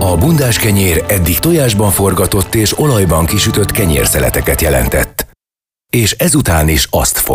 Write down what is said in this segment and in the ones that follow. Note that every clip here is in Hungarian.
A bundás kenyér eddig tojásban forgatott és olajban kisütött kenyérszeleteket jelentett. És ezután is azt fog.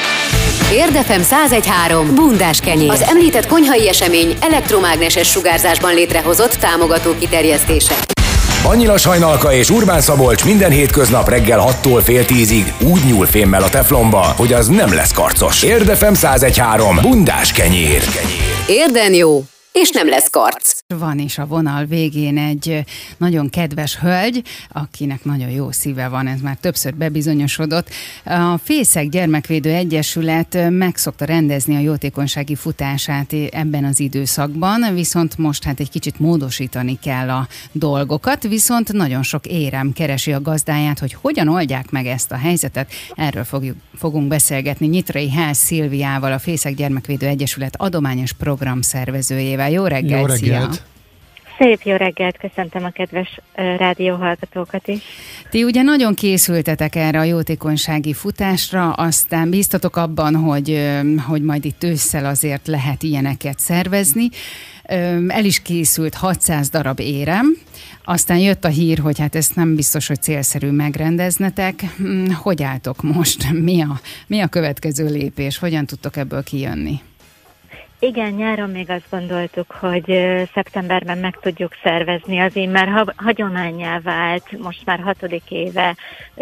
Érdefem 101.3 bundás kenyér. Az említett konyhai esemény elektromágneses sugárzásban létrehozott támogató kiterjesztése. Annyila Sajnalka és Urbán Szabolcs minden hétköznap reggel 6-tól fél 10-ig úgy nyúl fémmel a teflonba, hogy az nem lesz karcos. Érdefem 101.3 bundás kenyér. Érden jó, és nem lesz karc. Van is a vonal végén egy nagyon kedves hölgy, akinek nagyon jó szíve van, ez már többször bebizonyosodott. A Fészek Gyermekvédő Egyesület meg szokta rendezni a jótékonysági futását ebben az időszakban, viszont most hát egy kicsit módosítani kell a dolgokat, viszont nagyon sok érem keresi a gazdáját, hogy hogyan oldják meg ezt a helyzetet. Erről fogunk beszélgetni Nyitrai Ház Szilviával, a Fészek Gyermekvédő Egyesület adományos programszervezőjével. Jó reggelt, jó reggelt. Szia! Szép jó reggelt, köszöntöm a kedves rádióhallgatókat is. Ti ugye nagyon készültetek erre a jótékonysági futásra, aztán bíztatok abban, hogy majd itt ősszel azért lehet ilyeneket szervezni. El is készült 600 darab érem, aztán jött a hír, hogy hát ezt nem biztos, hogy célszerű megrendeznetek. Hogy álltok most? Mi a következő lépés? Hogyan tudtok ebből kijönni? Igen, nyáron még azt gondoltuk, hogy szeptemberben meg tudjuk szervezni az már hagyománnyá vált, most már 6. éve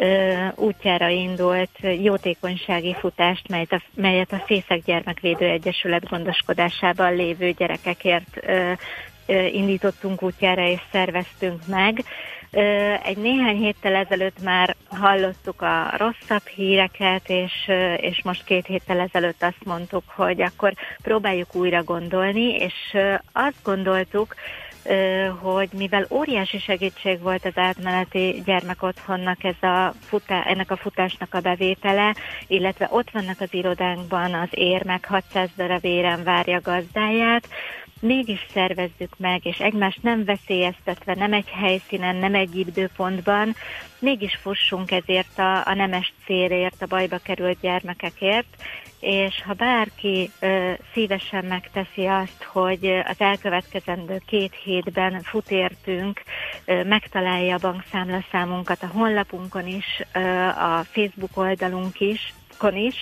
útjára indult jótékonysági futást, melyet a Fészek Gyermekvédő Egyesület gondoskodásában lévő gyerekekért indítottunk útjára és szerveztünk meg. Egy néhány héttel ezelőtt már hallottuk a rosszabb híreket, és most 2 héttel ezelőtt azt mondtuk, hogy akkor próbáljuk újra gondolni, és azt gondoltuk, hogy mivel óriási segítség volt az átmeneti gyermekotthonnak ennek a futásnak a bevétele, illetve ott vannak az irodánkban az érmek, 600 darab érem várja gazdáját, mégis szervezzük meg, és egymást nem veszélyeztetve, nem egy helyszínen, nem egy időpontban, mégis fussunk ezért a nemes célért, a bajba került gyermekekért, és ha bárki szívesen megteszi azt, hogy az elkövetkezendő 2 hétben fut értünk, megtalálja a bankszámlaszámunkat a honlapunkon is, a Facebook oldalunkon is,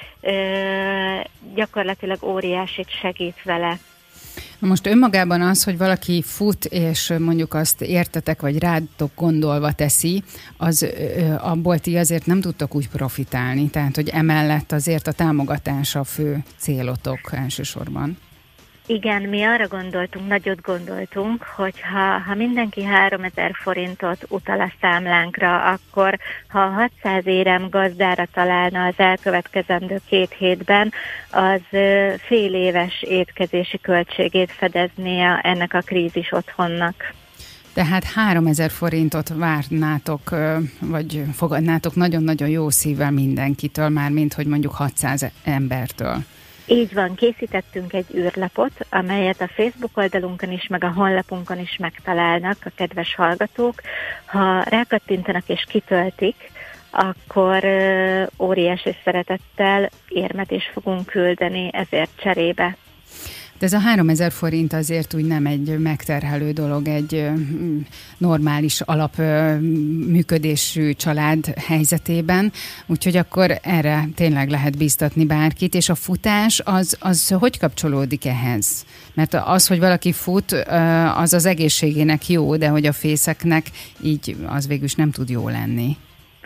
gyakorlatilag óriásit segít vele. Most önmagában az, hogy valaki fut, és mondjuk azt értetek, vagy rátok gondolva teszi, abból ti azért nem tudtok úgy profitálni. Tehát, hogy emellett azért a támogatás a fő célotok elsősorban. Igen, mi arra gondoltunk, nagyot gondoltunk, hogy ha mindenki 3000 forintot utal a számlánkra, akkor ha 600 érem gazdára találna az elkövetkezendő 2 hétben, az fél éves étkezési költségét fedezné ennek a krízis otthonnak. Tehát 3000 forintot várnátok, vagy fogadnátok nagyon-nagyon jó szívvel mindenkitől, mármint hogy mondjuk 600 embertől. Így van, készítettünk egy űrlapot, amelyet a Facebook oldalunkon is, meg a honlapunkon is megtalálnak a kedves hallgatók. Ha rákattintanak és kitöltik, akkor óriási szeretettel érmet is fogunk küldeni ezért cserébe. De ez a 3000 forint azért úgy nem egy megterhelő dolog egy normális alapműködésű család helyzetében, úgyhogy akkor erre tényleg lehet bíztatni bárkit, és a futás az hogy kapcsolódik ehhez? Mert az, hogy valaki fut, az az egészségének jó, de hogy a fészeknek így az végülis nem tud jó lenni.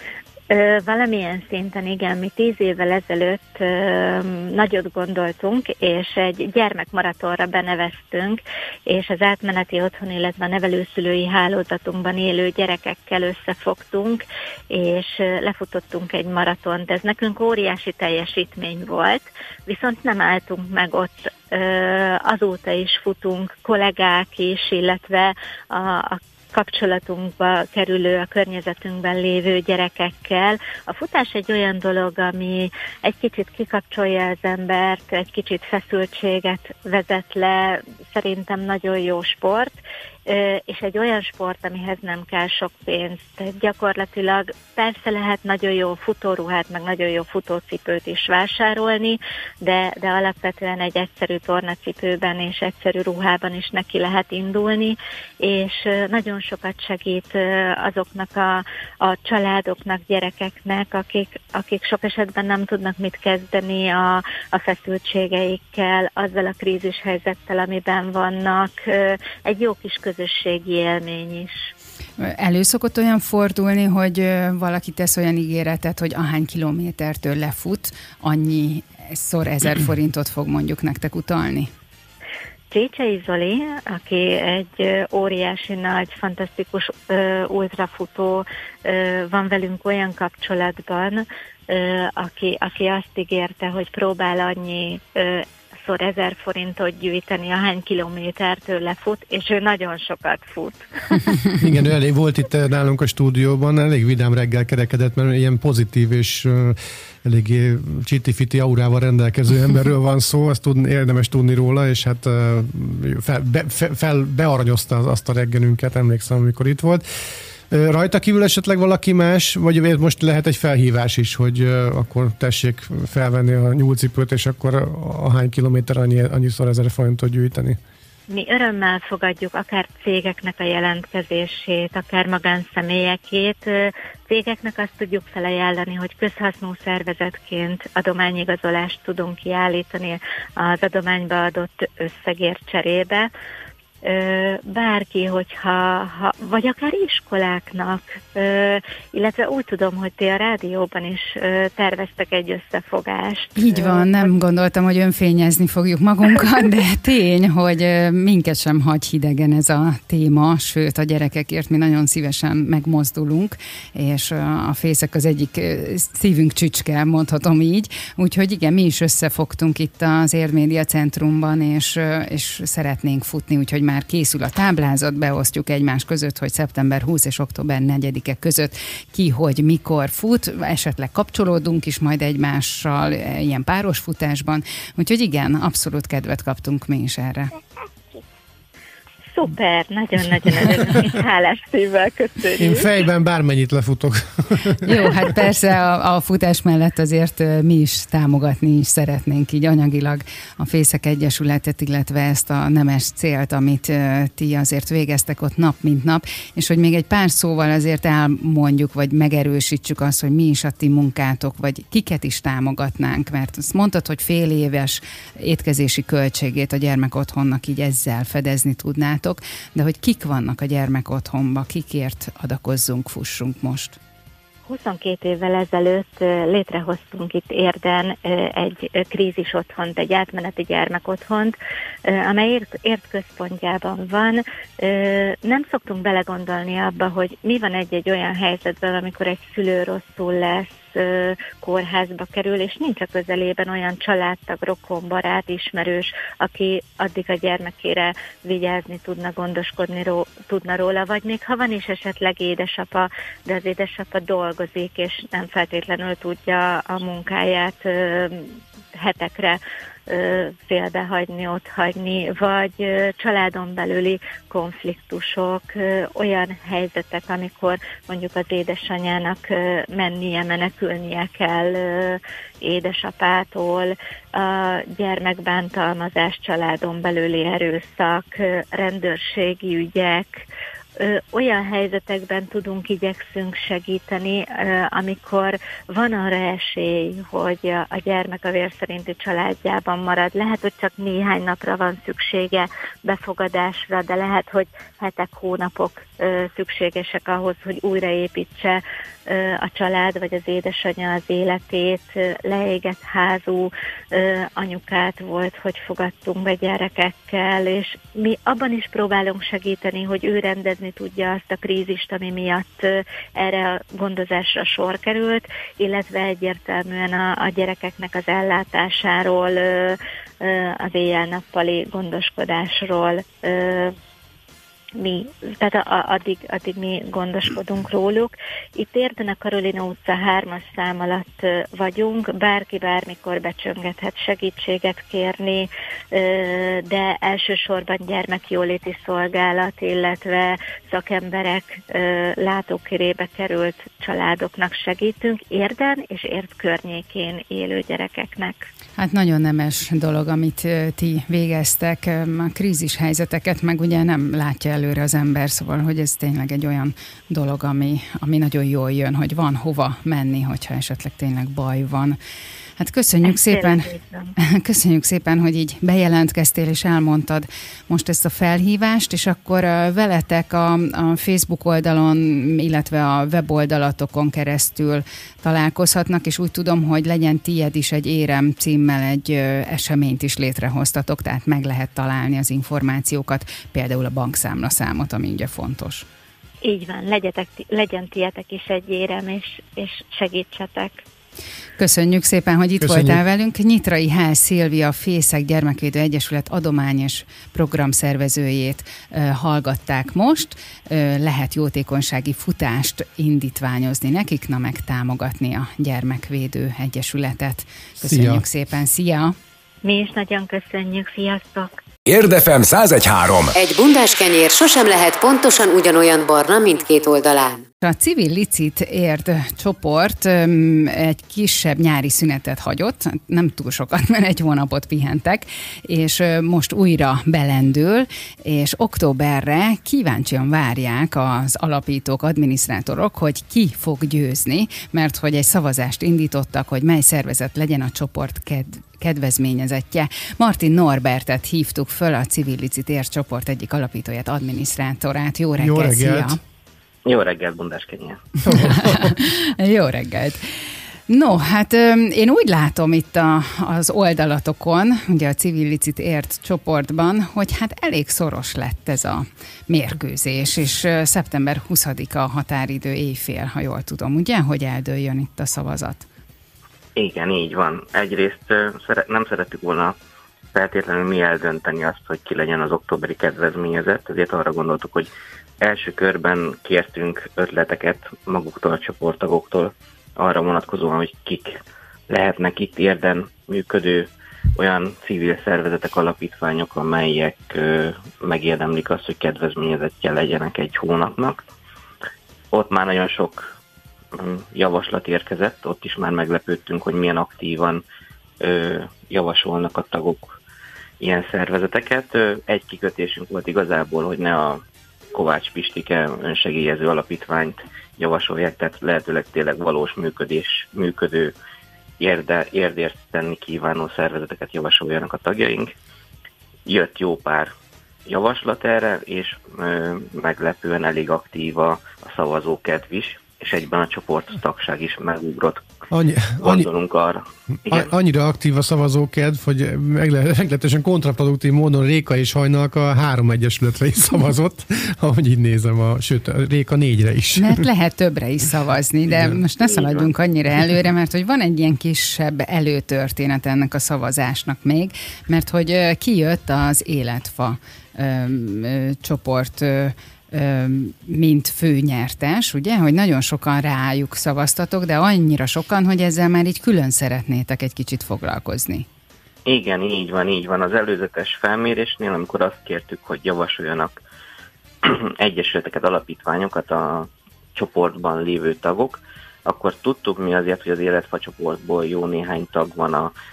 Valamilyen szinten igen, mi 10 évvel ezelőtt nagyot gondoltunk, és egy gyermekmaratonra beneveztünk, és az átmeneti otthon, illetve a nevelőszülői hálózatunkban élő gyerekekkel összefogtunk, és lefutottunk egy maratont. Ez nekünk óriási teljesítmény volt, viszont nem álltunk meg ott, azóta is futunk, kollégák is, illetve a kapcsolatunkba kerülő, a környezetünkben lévő gyerekekkel. A futás egy olyan dolog, ami egy kicsit kikapcsolja az embert, egy kicsit feszültséget vezet le, szerintem nagyon jó sport, és egy olyan sport, amihez nem kell sok pénz. Tehát gyakorlatilag persze lehet nagyon jó futóruhát, meg nagyon jó futócipőt is vásárolni, de alapvetően egy egyszerű tornacipőben és egyszerű ruhában is neki lehet indulni, és nagyon sokat segít azoknak a családoknak, gyerekeknek, akik sok esetben nem tudnak mit kezdeni a feszültségeikkel, azzal a krízishelyzettel, amiben vannak. Egy jó kis közösségi élmény is. Elő szokott olyan fordulni, hogy valaki tesz olyan ígéretet, hogy ahány kilométertől lefut, annyiszor 1000 forintot fog mondjuk nektek utalni? Csécsei Zoli, aki egy óriási nagy, fantasztikus ultrafutó, van velünk olyan kapcsolatban, aki azt ígérte, hogy próbál annyi 1000 forintot gyűjteni, ahány kilométertől lefut, és ő nagyon sokat fut. Igen, ő elég volt itt nálunk a stúdióban, elég vidám reggel kerekedett, mert ilyen pozitív és eléggé csiti-fiti aurával rendelkező emberről van szó, azt érdemes tudni róla, és hát bearanyozta azt a reggelünket, emlékszem, amikor itt volt. Rajta kívül esetleg valaki más, vagy most lehet egy felhívás is, hogy akkor tessék felvenni a nyúlcipőt, és akkor ahány kilométer annyiszor 1000 forintot gyűjteni? Mi örömmel fogadjuk akár cégeknek a jelentkezését, akár magánszemélyekét. Cégeknek azt tudjuk felajánlani, hogy közhasznú szervezetként adományigazolást tudunk kiállítani az adományba adott összegért cserébe. Bárki, hogyha vagy akár iskoláknak, illetve úgy tudom, hogy ti a rádióban is terveztek egy összefogást. Így van, nem gondoltam, hogy önfényezni fogjuk magunkat, de tény, hogy minket sem hagy hidegen ez a téma, sőt a gyerekekért mi nagyon szívesen megmozdulunk, és a fészek az egyik szívünk csücske, mondhatom így, úgyhogy igen, mi is összefogtunk itt az Érmédia Centrumban, és szeretnénk futni, úgyhogy már készül a táblázat, beosztjuk egymás között, hogy szeptember 20 és október 4-e között ki, hogy mikor fut, esetleg kapcsolódunk is majd egymással ilyen páros futásban, úgyhogy igen, abszolút kedvet kaptunk mi is erre. Szuper, nagyon-nagyon hálás szívvel köszönjük. Én fejben bármennyit lefutok. Jó, hát persze a futás mellett azért mi is támogatni is szeretnénk így anyagilag a Fészek Egyesületet, illetve ezt a nemes célt, amit ti azért végeztek ott nap mint nap, és hogy még egy pár szóval azért elmondjuk, vagy megerősítsük azt, hogy mi is a ti munkátok, vagy kiket is támogatnánk, mert azt mondtad, hogy fél éves étkezési költségét a gyermekotthonnak így ezzel fedezni tudnátok, de hogy kik vannak a gyermekotthonban, kikért adakozzunk, fussunk most? 22 évvel ezelőtt létrehoztunk itt Érden egy krízis otthont, egy átmeneti gyermekotthont, amely Érd központjában van. Nem szoktunk belegondolni abba, hogy mi van egy olyan helyzetben, amikor egy szülő rosszul lesz, kórházba kerül, és nincs a közelében olyan családtag, rokon, barát, ismerős, aki addig a gyermekére vigyázni tudna, gondoskodni tudna róla, vagy még ha van is esetleg édesapa, de az édesapa dolgozik, és nem feltétlenül tudja a munkáját hetekre félbehagyni, otthagyni, vagy családon belüli konfliktusok, olyan helyzetek, amikor mondjuk az édesanyának menekülnie kell édesapától, a gyermekbántalmazás, családon belüli erőszak, rendőrségi ügyek, olyan helyzetekben igyekszünk segíteni, amikor van arra esély, hogy a gyermek a vér szerinti családjában marad. Lehet, hogy csak néhány napra van szüksége befogadásra, de lehet, hogy hetek, hónapok szükségesek ahhoz, hogy újraépítse a család vagy az édesanyja az életét. Leégett házú anyukát volt, hogy fogadtunk be gyerekekkel, és mi abban is próbálunk segíteni, hogy ő rendezni tudja azt a krízist, ami miatt erre a gondozásra sor került, illetve egyértelműen a gyerekeknek az ellátásáról, az éjjel-nappali gondoskodásról tehát addig mi gondoskodunk róluk. Itt Érden a Karolina utca 3-as szám alatt vagyunk, bárki bármikor becsöngethet segítséget kérni, de elsősorban gyermekjóléti szolgálat, illetve szakemberek látókörébe került családoknak segítünk, Érden és Érd környékén élő gyerekeknek. Hát nagyon nemes dolog, amit ti végeztek. A krízis helyzeteket meg ugye nem látja előre az ember, szóval, hogy ez tényleg egy olyan dolog, ami nagyon jól jön, hogy van hova menni, hogyha esetleg tényleg baj van. Hát köszönjük szépen, hogy így bejelentkeztél és elmondtad most ezt a felhívást, és akkor veletek a Facebook oldalon, illetve a weboldalatokon keresztül találkozhatnak, és úgy tudom, hogy legyen tiéd is egy Érem címmel egy eseményt is létrehoztatok, tehát meg lehet találni az információkat, például a bankszámlaszámot, ami ugye fontos. Így van, legyen tietek is egy Érem, és segítsetek. Köszönjük szépen, hogy itt voltál velünk. Nyitrai Hál Szilvia, Fészek Gyermekvédő Egyesület adományos programszervezőjét hallgatták most. Lehet jótékonysági futást indítványozni nekik, meg támogatni a Gyermekvédő Egyesületet. Köszönjük szépen, szia! Mi is nagyon köszönjük, sziasztok! Érdefem 101.3. Egy bundás kenyér sosem lehet pontosan ugyanolyan barna mindkét oldalán. A Civil Licit Érd csoport egy kisebb nyári szünetet hagyott, nem túl sokat, mert 1 hónapot pihentek, és most újra belendül, és októberre kíváncsian várják az alapítók, adminisztrátorok, hogy ki fog győzni, mert hogy egy szavazást indítottak, hogy mely szervezet legyen a csoport kedvezményezettje. Martin Norbertet hívtuk föl, a Civil Licit Érd csoport egyik alapítóját, adminisztrátorát. Jó reggelt, szia! Jó reggelt, bundás kenyér. Jó reggelt. No, hát én úgy látom itt az oldalatokon, ugye a Civil Licit Érd csoportban, hogy hát elég szoros lett ez a mérkőzés, és szeptember 20-a határidő éjfél, ha jól tudom, ugye, hogy eldőljön itt a szavazat. Igen, így van. Egyrészt nem szerettük volna feltétlenül mi eldönteni azt, hogy ki legyen az októberi kedvezményezett, ezért arra gondoltuk, hogy első körben kértünk ötleteket maguktól, a csoporttagoktól arra vonatkozóan, hogy kik lehetnek itt Érden működő olyan civil szervezetek, alapítványok, amelyek megérdemlik azt, hogy kedvezményezettje legyenek egy hónapnak. Ott már nagyon sok javaslat érkezett, ott is már meglepődtünk, hogy milyen aktívan javasolnak a tagok ilyen szervezeteket. Egy kikötésünk volt igazából, hogy ne a Kovács Pistike önsegélyező alapítványt javasolják, tehát lehetőleg tényleg valós működő érdért tenni kívánó szervezeteket javasoljanak a tagjaink. Jött jó pár javaslat erre, és meglepően elég aktív a szavazókedv is, és egyben a csoporttagság is megugrott. Gondolunk arra. Igen. Annyira aktív a szavazókedv, hogy meglehetősen kontraproduktív módon Réka és Hajnalka 3 egyesületre is szavazott, ahogy így nézem, sőt, Réka 4-re is. Mert lehet többre is szavazni, de igen, most ne szaladjunk annyira előre, mert hogy van egy ilyen kisebb előtörténet ennek a szavazásnak még, mert hogy kijött az Életfa csoport mint főnyertes, ugye, hogy nagyon sokan rájuk szavaztatok, de annyira sokan, hogy ezzel már így külön szeretnétek egy kicsit foglalkozni. Igen, így van. Az előzetes felmérésnél, amikor azt kértük, hogy javasoljanak egyesületeket, alapítványokat a csoportban lévő tagok, akkor tudtuk mi azért, hogy az Életfa csoportból jó néhány tag van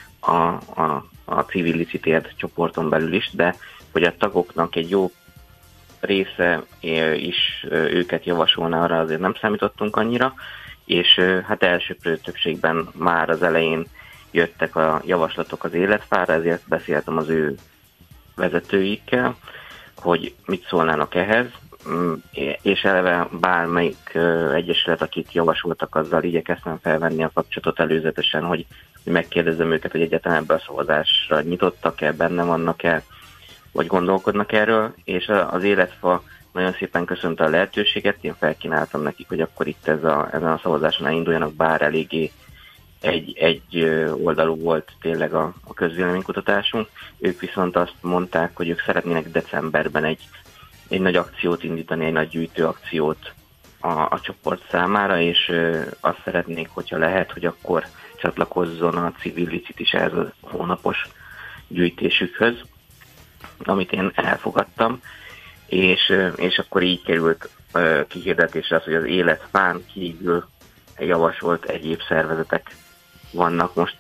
a Civil Licit Érd csoporton belül is, de hogy a tagoknak egy jó része is őket javasolna, arra azért nem számítottunk annyira, és hát elsőprő többségben már az elején jöttek a javaslatok az Életfára, ezért beszéltem az ő vezetőikkel, hogy mit szólnának ehhez, és eleve bármelyik egyesület, akit javasoltak, azzal igyekeztem felvenni a kapcsolatot előzetesen, hogy megkérdezem őket, hogy egyáltalán ebben a szavazásra nyitottak-e, benne vannak-e, vagy gondolkodnak erről, és az Életfa nagyon szépen köszönte a lehetőséget, én felkínáltam nekik, hogy akkor itt ezen a szavazáson elinduljanak, bár eléggé egy oldalú volt tényleg a közvéleménykutatásunk. Ők viszont azt mondták, hogy ők szeretnének decemberben egy egy nagy akciót indítani, egy nagy gyűjtőakciót a csoport számára, és azt szeretnék, hogyha lehet, hogy akkor csatlakozzon a Civil Licit is ehhez a hónapos gyűjtésükhöz, amit én elfogadtam, és akkor így került kihirdetésre az, hogy az Életfán kívül javasolt egyéb szervezetek vannak most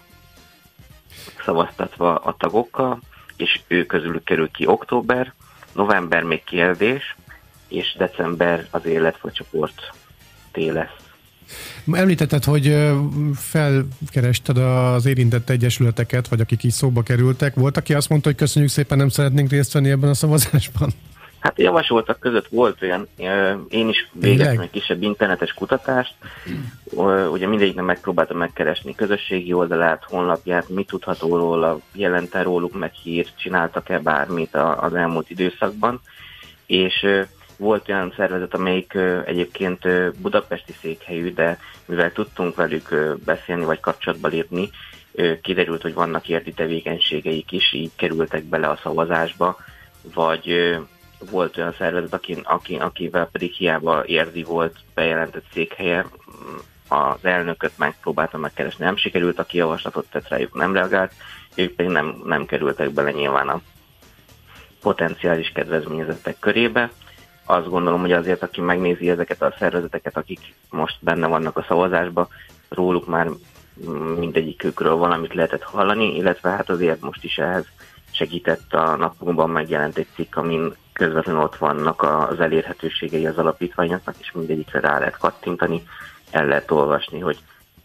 szavaztatva a tagokkal, és ő közülük kerül ki október, november még kérdés, és december az Életfa csoport lesz. Említetted, hogy felkerested az érintett egyesületeket, vagy akik így szóba kerültek. Volt, aki azt mondta, hogy köszönjük szépen, nem szeretnénk részt venni ebben a szavazásban? Hát a javasoltak között volt olyan, én is végeztem egy kisebb internetes kutatást, ugye mindegyiknek megpróbáltam megkeresni közösségi oldalát, honlapját, mit tudható róla, jelent-e róluk meg hírt, csináltak-e bármit az elmúlt időszakban, és volt olyan szervezet, amelyik egyébként budapesti székhelyű, de mivel tudtunk velük beszélni vagy kapcsolatba lépni, kiderült, hogy vannak érti tevékenységeik is, így kerültek bele a szavazásba, vagy volt olyan szervezet, akivel pedig hiába érdi volt bejelentett székhelye, az elnököt megpróbáltam megkeresni, nem sikerült, aki javaslatot tett rájuk, nem reagált, ők pedig nem kerültek bele nyilván a potenciális kedvezményezettek körébe. Azt gondolom, hogy azért, aki megnézi ezeket a szervezeteket, akik most benne vannak a szavazásban, róluk már mindegyikükről valamit lehetett hallani, illetve hát azért most is ehhez segített a napunkban megjelent egy cikk, amin közvetlenül ott vannak az elérhetőségei az alapítványoknak, és mindegyikre rá lehet kattintani, el lehet olvasni, hogy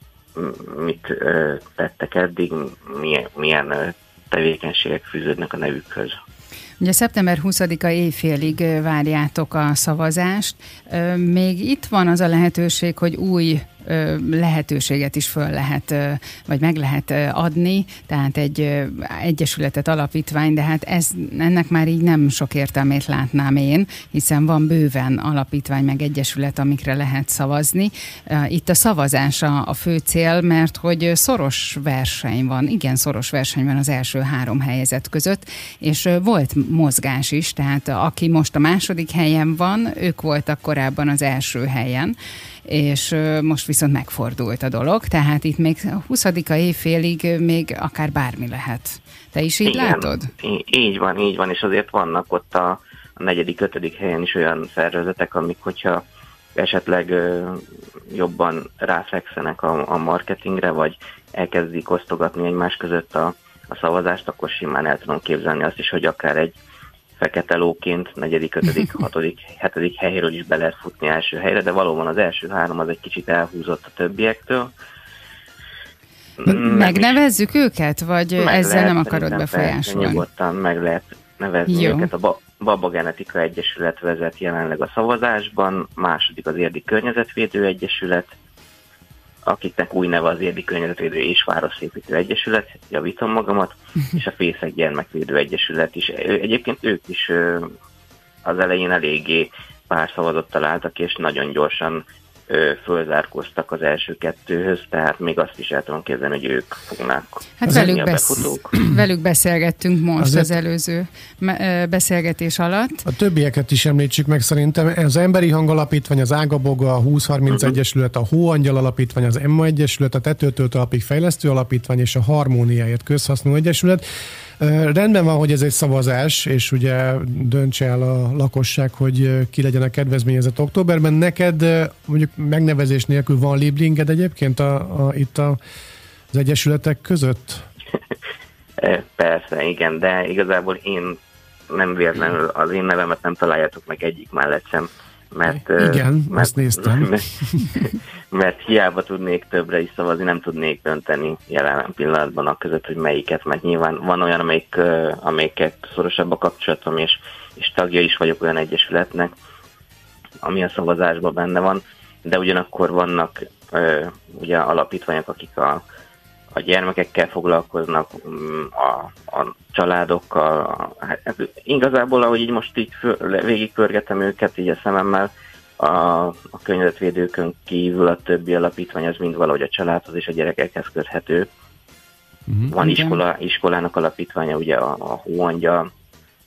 mit tettek eddig, milyen tevékenységek fűződnek a nevükhöz. Ugye szeptember 20-a éjfélig várjátok a szavazást. Még itt van az a lehetőség, hogy új lehetőséget is föl lehet, vagy meg lehet adni, tehát egy egyesületet, alapítvány, de hát ennek már így nem sok értelmét látnám én, hiszen van bőven alapítvány meg egyesület, amikre lehet szavazni. Itt a szavazás a fő cél, mert hogy szoros verseny van, igen szoros verseny van az első 3 helyezett között, és volt mozgás is, tehát aki most a második helyen van, ők voltak korábban az első helyen, és most viszont megfordult a dolog, tehát itt még 20-a éjfélig még akár bármi lehet. Te is így látod? Így van, és azért vannak ott a 4.-5. helyen is olyan szervezetek, amik, hogyha esetleg jobban ráfekszenek a marketingre, vagy elkezdik osztogatni egymás között a szavazást, akkor simán el tudom képzelni azt is, hogy akár egy fekete lóként 4., 5., 6., 7. helyről is be lehet futni első helyre, de valóban az első 3 az egy kicsit elhúzott a többiektől. Megnevezzük őket, vagy ezzel lehet, nem akarod befolyásolni? Nyugodtan meg lehet nevezni őket. A Baba Genetika Egyesület vezet jelenleg a szavazásban, második az Érdi Környezetvédő Egyesület, akiknek új neve az Érdi Környezetvédő és Városépítő Egyesület, javítom magamat, és a Fészek Gyermekvédő Egyesület is. Egyébként ők is az elején eléggé pár szavazattal álltak, és nagyon gyorsan fölzárkóztak az első 2-höz, tehát még azt is el tudom képzelni, hogy ők fognak. Hát velük beszélgettünk most azért az előző beszélgetés alatt. A többieket is említsük meg szerintem. Az Emberi Hang Alapítvány, az Ágaboga, a 2030 Egyesület, a Hóangyal Alapítvány, az Emma Egyesület, a Tetőtől Talpig Fejlesztő Alapítvány és a Harmóniáért Közhasznú Egyesület. Rendben van, hogy ez egy szavazás, és ugye döntse el a lakosság, hogy ki legyen a kedvezményezett októberben. Neked mondjuk megnevezés nélkül van libringed egyébként itt az egyesületek között? Persze, igen, de igazából én nem véletlenül az én nevemet nem találjátok meg egyik mellett sem. Igen, azt néztem. Mert hiába tudnék többre is szavazni, nem tudnék dönteni jelen pillanatban a között, hogy melyiket, mert nyilván van olyan, amelyikkel szorosabb a kapcsolatom, és tagja is vagyok olyan egyesületnek, ami a szavazásban benne van, de ugyanakkor vannak ugye alapítványok, akik a gyermekekkel foglalkoznak, a családokkal. Hát igazából, ahogy így most így végigpörgetem őket így a szememmel, a környezetvédőkön kívül a többi alapítvány az mind valahogy a családhoz és a gyerekekhez köthető. Van iskolának alapítványa, ugye a Hóangyal,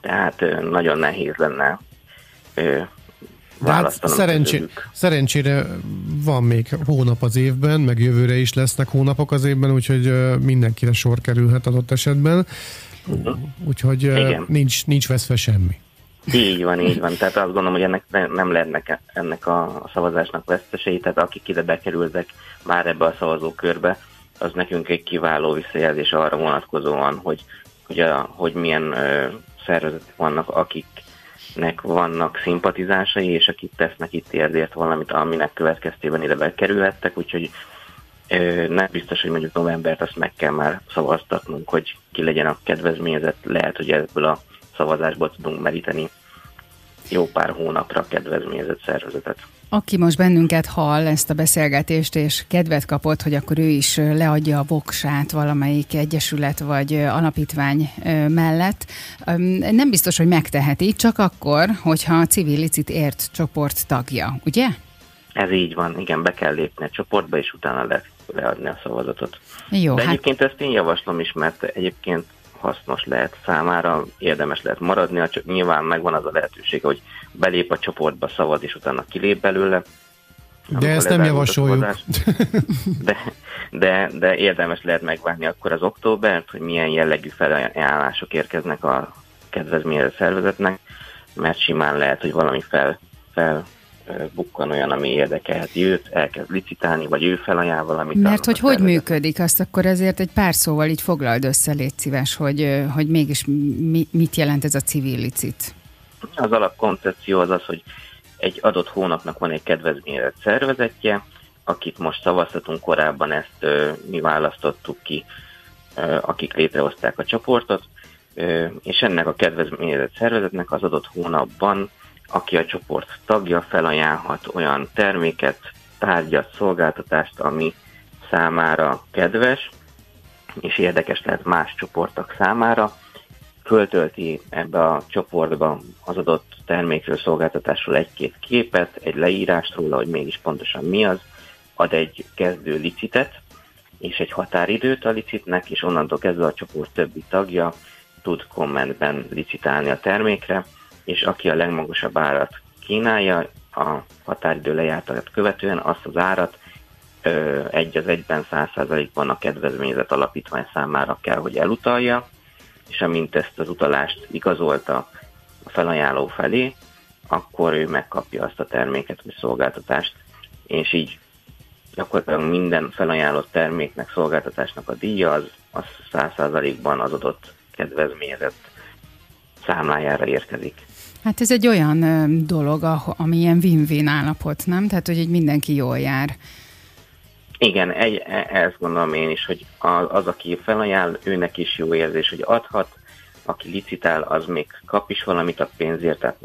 Tehát nagyon nehéz lenne választanom. Szerencsére van még hónap az évben, meg jövőre is lesznek hónapok az évben, úgyhogy mindenkire sor kerülhet adott esetben. Úgyhogy nincs veszve semmi. Így van. Tehát azt gondolom, hogy nem lehetnek ennek a szavazásnak vesztesei, tehát akik ide bekerültek már ebbe a szavazókörbe, az nekünk egy kiváló visszajelzés arra vonatkozóan, hogy milyen szervezetek vannak, akiknek vannak szimpatizásai, és akik tesznek itt érdért valamit, aminek következtében ide bekerülhettek, úgyhogy nem biztos, hogy mondjuk novembert azt meg kell már szavaztatnunk, hogy ki legyen a kedvezményezett. Lehet, hogy ebből a szavazásból tudunk meríteni jó pár hónapra kedvezményezett szervezetet. Aki most bennünket hall, ezt a beszélgetést, és kedvet kapott, hogy akkor ő is leadja a voksát valamelyik egyesület vagy alapítvány mellett, nem biztos, hogy megteheti, csak akkor, hogyha a Civil Licit ért csoport tagja, ugye? Ez így van, igen, be kell lépni a csoportba, és utána lehet leadni a szavazatot. Jó, de egyébként ezt én javaslom is, mert egyébként hasznos lehet számára, érdemes lehet maradni, nyilván megvan az a lehetőség, hogy belép a csoportba, szavaz, és utána kilép belőle. De ezt nem javasoljuk. De érdemes lehet megvárni akkor az októbert, hogy milyen jellegű felajánlások érkeznek a kedvezményezett szervezetnek, mert simán lehet, hogy valami bukkan olyan, ami érdekelheti őt, elkezd licitálni, vagy ő felajánl valamit. Mert hogy működik, azt akkor ezért egy pár szóval így foglald össze, légy szíves, hogy mégis mit jelent ez a Civil Licit? Az alapkoncepció az, hogy egy adott hónapnak van egy kedvezményezett szervezetje, akit most szavaztatunk, korábban ezt mi választottuk ki, akik létrehozták a csoportot, és ennek a kedvezményezett szervezetnek az adott hónapban, aki a csoport tagja, felajánlhat olyan terméket, tárgyat, szolgáltatást, ami számára kedves, és érdekes lehet más csoportok számára, föltölti ebbe a csoportba az adott termékről, szolgáltatásról egy-két képet, egy leírást róla, hogy mégis pontosan mi az, ad egy kezdő licitet, és egy határidőt a licitnek, és onnantól kezdve a csoport többi tagja tud kommentben licitálni a termékre, és aki a legmagasabb árat kínálja, a határidő lejártát követően azt az árat egy az egyben 100%-ban a kedvezményezett alapítvány számára kell, hogy elutalja, és amint ezt az utalást igazolta a felajánló felé, akkor ő megkapja azt a terméket vagy szolgáltatást, és így gyakorlatilag minden felajánlott terméknek, szolgáltatásnak a díja az 100%-ban az adott kedvezményezett számlájára érkezik. Hát ez egy olyan dolog, ami ilyen win-win állapot, nem? Tehát, hogy így mindenki jól jár. Igen, ezt gondolom én is, hogy az, aki felajánl, őnek is jó érzés, hogy adhat, aki licitál, az még kap is valamit a pénzért, tehát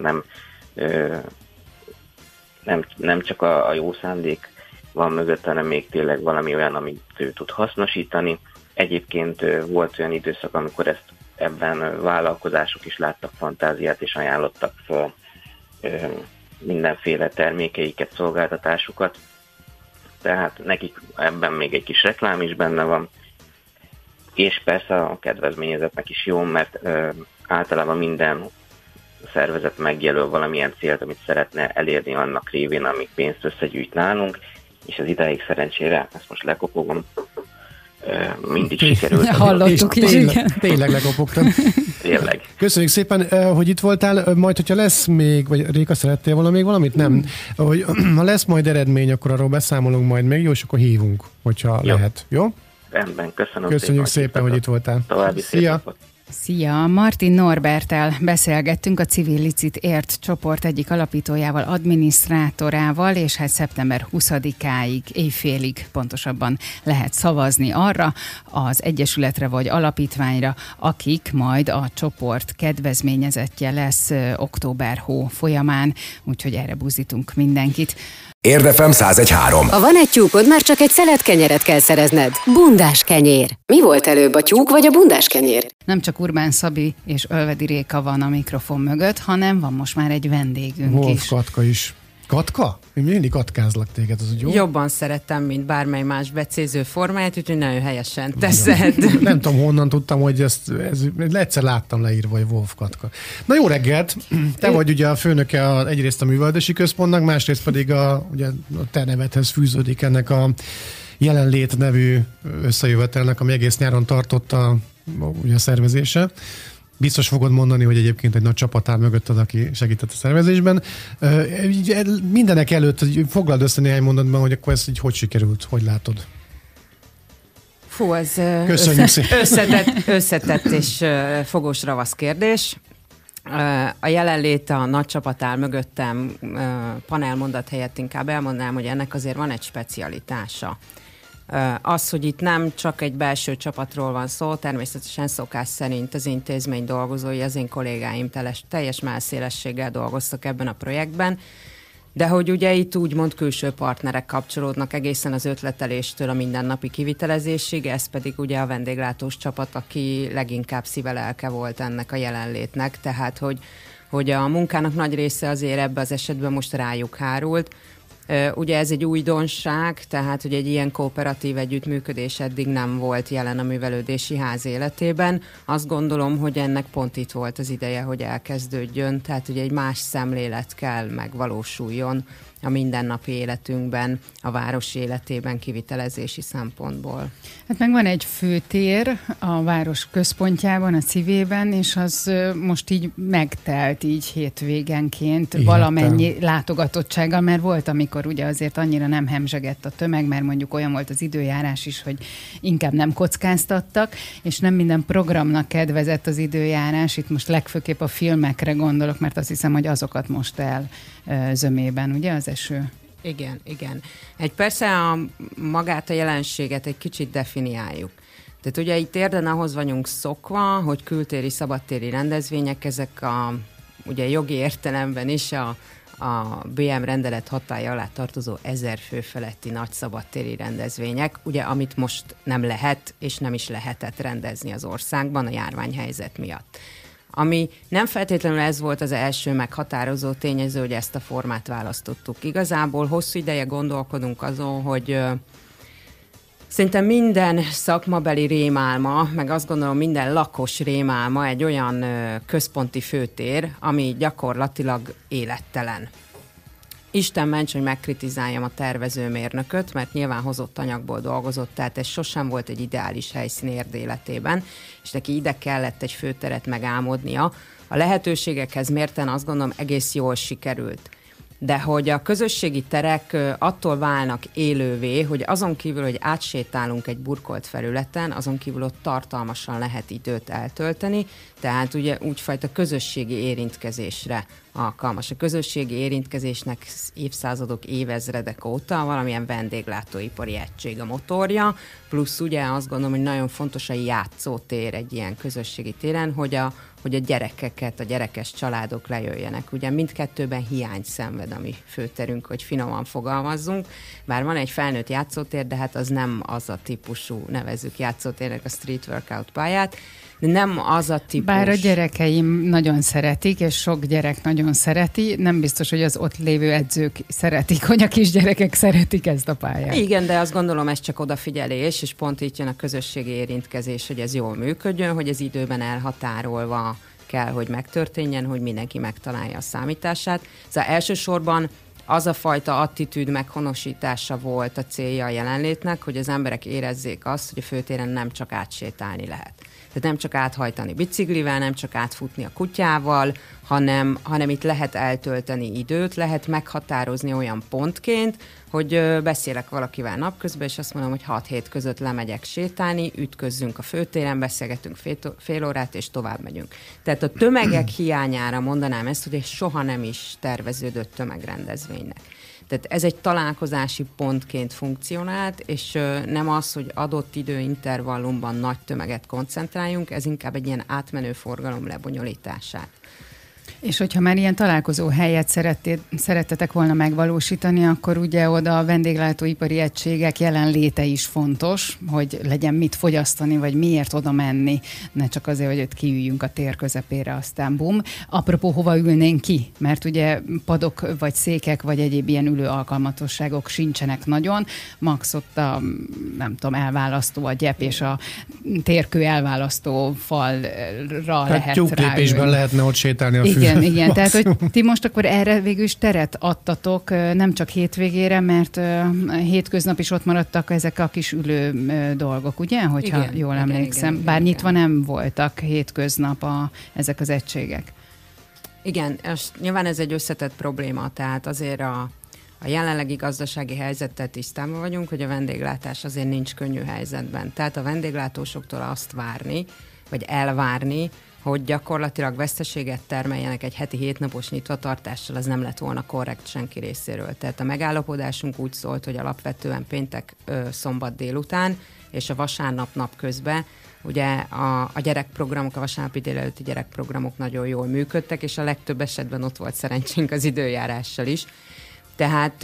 nem csak a jó szándék van mögött, hanem még tényleg valami olyan, amit ő tud hasznosítani. Egyébként volt olyan időszak, amikor ebben vállalkozások is láttak fantáziát, és ajánlottak fel mindenféle termékeiket, szolgáltatásukat. Tehát nekik ebben még egy kis reklám is benne van, és persze a kedvezményezetnek is jó, mert általában minden szervezet megjelöl valamilyen célt, amit szeretne elérni annak révén, amíg pénzt összegyűjt nálunk, és az idáig szerencsére, ezt most lekopogom, mindig sikerült. Hallottuk is, igen. Tényleg lekopogtam. Tényleg. Köszönjük szépen, hogy itt voltál. Majd, hogyha lesz még, vagy Réka, szerettél valamit? Nem. Hogy, ha lesz majd eredmény, akkor arról beszámolunk majd még, jó, és akkor hívunk, hogyha lehet. Jó? Rendben, Köszönjük szépen, hogy itt voltál. További Szia! Szia! Martin Norberttel beszélgettünk, a Civil Licit ért csoport egyik alapítójával, adminisztrátorával, és hát szeptember 20-áig, éjfélig pontosabban lehet szavazni arra az egyesületre vagy alapítványra, akik majd a csoport kedvezményezettje lesz október hó folyamán, úgyhogy erre buzdítunk mindenkit. Érdefem 101.3. Ha van egy tyúkod, már csak egy szelet kenyeret kell szerezned. Bundás kenyér. Mi volt előbb, a tyúk vagy a bundás kenyér? Nem csak Urbán Szabi és Ölvedi Réka van a mikrofon mögött, hanem van most már egy vendégünk Wolf is. Katka is. Katka? Én mindig katkázlak téged, az úgy jó? Jobban szerettem, mint bármely más becéző formáját, úgyhogy nagyon helyesen teszed. Nem tudom, honnan tudtam, hogy egyszer láttam leírva, hogy Wolf Katka. Na jó reggelt! Te vagy ugye a főnöke egyrészt a művelődési központnak, másrészt pedig ugye a te nevedhez fűződik ennek a Jelenlét nevű összejövetelnek, ami egész nyáron tartotta ugye a szervezése. Biztos fogod mondani, hogy egyébként egy nagy csapat áll mögötted, aki segített a szervezésben. Mindenek előtt foglald össze néhány mondatban, hogy akkor ez így hogy sikerült, hogy látod? Fú, ez összetett és fogós ravasz kérdés. A Jelenlét, a nagy csapat áll mögöttem, panelmondat helyett inkább elmondanám, hogy ennek azért van egy specialitása. Az, hogy itt nem csak egy belső csapatról van szó, természetesen szokás szerint az intézmény dolgozói, az én kollégáim teljes mellszélességgel dolgoztak ebben a projektben, de hogy ugye itt úgymond külső partnerek kapcsolódnak egészen az ötleteléstől a mindennapi kivitelezésig, ez pedig ugye a vendéglátós csapat, aki leginkább szíve-lelke volt ennek a Jelenlétnek, tehát hogy a munkának nagy része azért ebbe az esetben most rájuk hárult. Ugye ez egy újdonság, tehát hogy egy ilyen kooperatív együttműködés eddig nem volt jelen a művelődési ház életében. Azt gondolom, hogy ennek pont itt volt az ideje, hogy elkezdődjön, tehát ugye egy más szemlélet kell megvalósuljon a mindennapi életünkben, a város életében kivitelezési szempontból. Hát meg van egy főtér a város központjában, a szívében, és az most így megtelt így hétvégenként valamennyi látogatottsággal, mert volt, amikor ugye azért annyira nem hemzsegett a tömeg, mert mondjuk olyan volt az időjárás is, hogy inkább nem kockáztattak, és nem minden programnak kedvezett az időjárás, itt most legfőképp a filmekre gondolok, mert azt hiszem, hogy azokat most el zömében, ugye az eső? Igen. Persze magát a jelenséget egy kicsit definiáljuk. Tehát ugye itt Érden ahhoz vagyunk szokva, hogy kültéri, szabadtéri rendezvények, ezek ugye jogi értelemben is a BM rendelet hatálya alá tartozó 1000 fő feletti nagy szabadtéri rendezvények, ugye amit most nem lehet, és nem is lehetett rendezni az országban a járványhelyzet miatt. Ami nem feltétlenül ez volt az első meghatározó tényező, hogy ezt a formát választottuk. Igazából hosszú ideje gondolkodunk azon, hogy szerintem minden szakmabeli rémálma, meg azt gondolom minden lakos rémálma egy olyan központi főtér, ami gyakorlatilag élettelen. Isten ments, hogy megkritizáljam a tervezőmérnököt, mert nyilván hozott anyagból dolgozott, tehát ez sosem volt egy ideális helyszín Érd életében, és neki ide kellett egy főteret megálmodnia. A lehetőségekhez mérten azt gondolom egész jól sikerült. De hogy a közösségi terek attól válnak élővé, hogy azon kívül, hogy átsétálunk egy burkolt felületen, azon kívül ott tartalmasan lehet időt eltölteni, tehát ugye úgyfajta közösségi érintkezésre alkalmas. A közösségi érintkezésnek évszázadok, évezredek óta valamilyen vendéglátóipari egység a motorja, plusz ugye azt gondolom, hogy nagyon fontos a játszótér egy ilyen közösségi téren, hogy a gyerekeket, a gyerekes családok lejöjjenek. Ugye mindkettőben hiány szenved a mi főterünk, hogy finoman fogalmazzunk, bár van egy felnőtt játszótér, de hát az nem az a típusú, nevezzük játszótérnek a street workout pályát, de nem az a típus. Bár a gyerekeim nagyon szeretik, és sok gyerek nagyon szereti, nem biztos, hogy az ott lévő edzők szeretik, hogy a kisgyerekek szeretik ezt a pályát. Igen, de azt gondolom, ez csak odafigyelés, és pont itt jön a közösségi érintkezés, hogy ez jól működjön, hogy ez időben elhatárolva kell, hogy megtörténjen, hogy mindenki megtalálja a számítását. Szóval elsősorban az a fajta attitűd meghonosítása volt a célja a Jelenlétnek, hogy az emberek érezzék azt, hogy a főtéren nem csak átsétálni lehet. Tehát nem csak áthajtani biciklivel, nem csak átfutni a kutyával, hanem itt lehet eltölteni időt, lehet meghatározni olyan pontként, hogy beszélek valakivel napközben, és azt mondom, hogy 6 hét között lemegyek sétálni, ütközzünk a főtéren, beszélgetünk fél órát, és tovább megyünk. Tehát a tömegek hiányára mondanám ezt, hogy ez soha nem is terveződött tömegrendezvénynek. Tehát ez egy találkozási pontként funkcionált, és nem az, hogy adott időintervallumban nagy tömeget koncentráljunk, ez inkább egy ilyen átmenő forgalom lebonyolítását És hogyha már ilyen találkozó helyet szerettetek volna megvalósítani, akkor ugye oda a vendéglátóipari egységek jelenléte is fontos, hogy legyen mit fogyasztani, vagy miért oda menni, ne csak azért, hogy ott kiüljünk a tér közepére, aztán bum. Apropó, hova ülnénk ki? Mert ugye padok, vagy székek, vagy egyéb ilyen ülő alkalmatosságok sincsenek nagyon. Max ott a, nem tudom, elválasztó, a gyep és a térkő elválasztó falra lehet tyúklépésben lehetne ott sétálni a fű. Igen, tehát hogy ti most akkor erre végül is teret adtatok, nem csak hétvégére, mert hétköznap is ott maradtak ezek a kis ülő dolgok, ugye? Hogyha jól emlékszem. Igen, bár nyitva nem voltak hétköznap ezek az egységek. Igen, nyilván ez egy összetett probléma, tehát azért a jelenlegi gazdasági helyzettel tisztában vagyunk, hogy a vendéglátás azért nincs könnyű helyzetben. Tehát a vendéglátósoktól azt várni, vagy elvárni, hogy gyakorlatilag veszteséget termeljenek egy heti 7 napos nyitvatartással, az nem lett volna korrekt senki részéről. Tehát a megállapodásunk úgy szólt, hogy alapvetően péntek, szombat délután, és a vasárnap napközben ugye a gyerekprogramok, a vasárnapi délelőtti gyerekprogramok nagyon jól működtek, és a legtöbb esetben ott volt szerencsénk az időjárással is. Tehát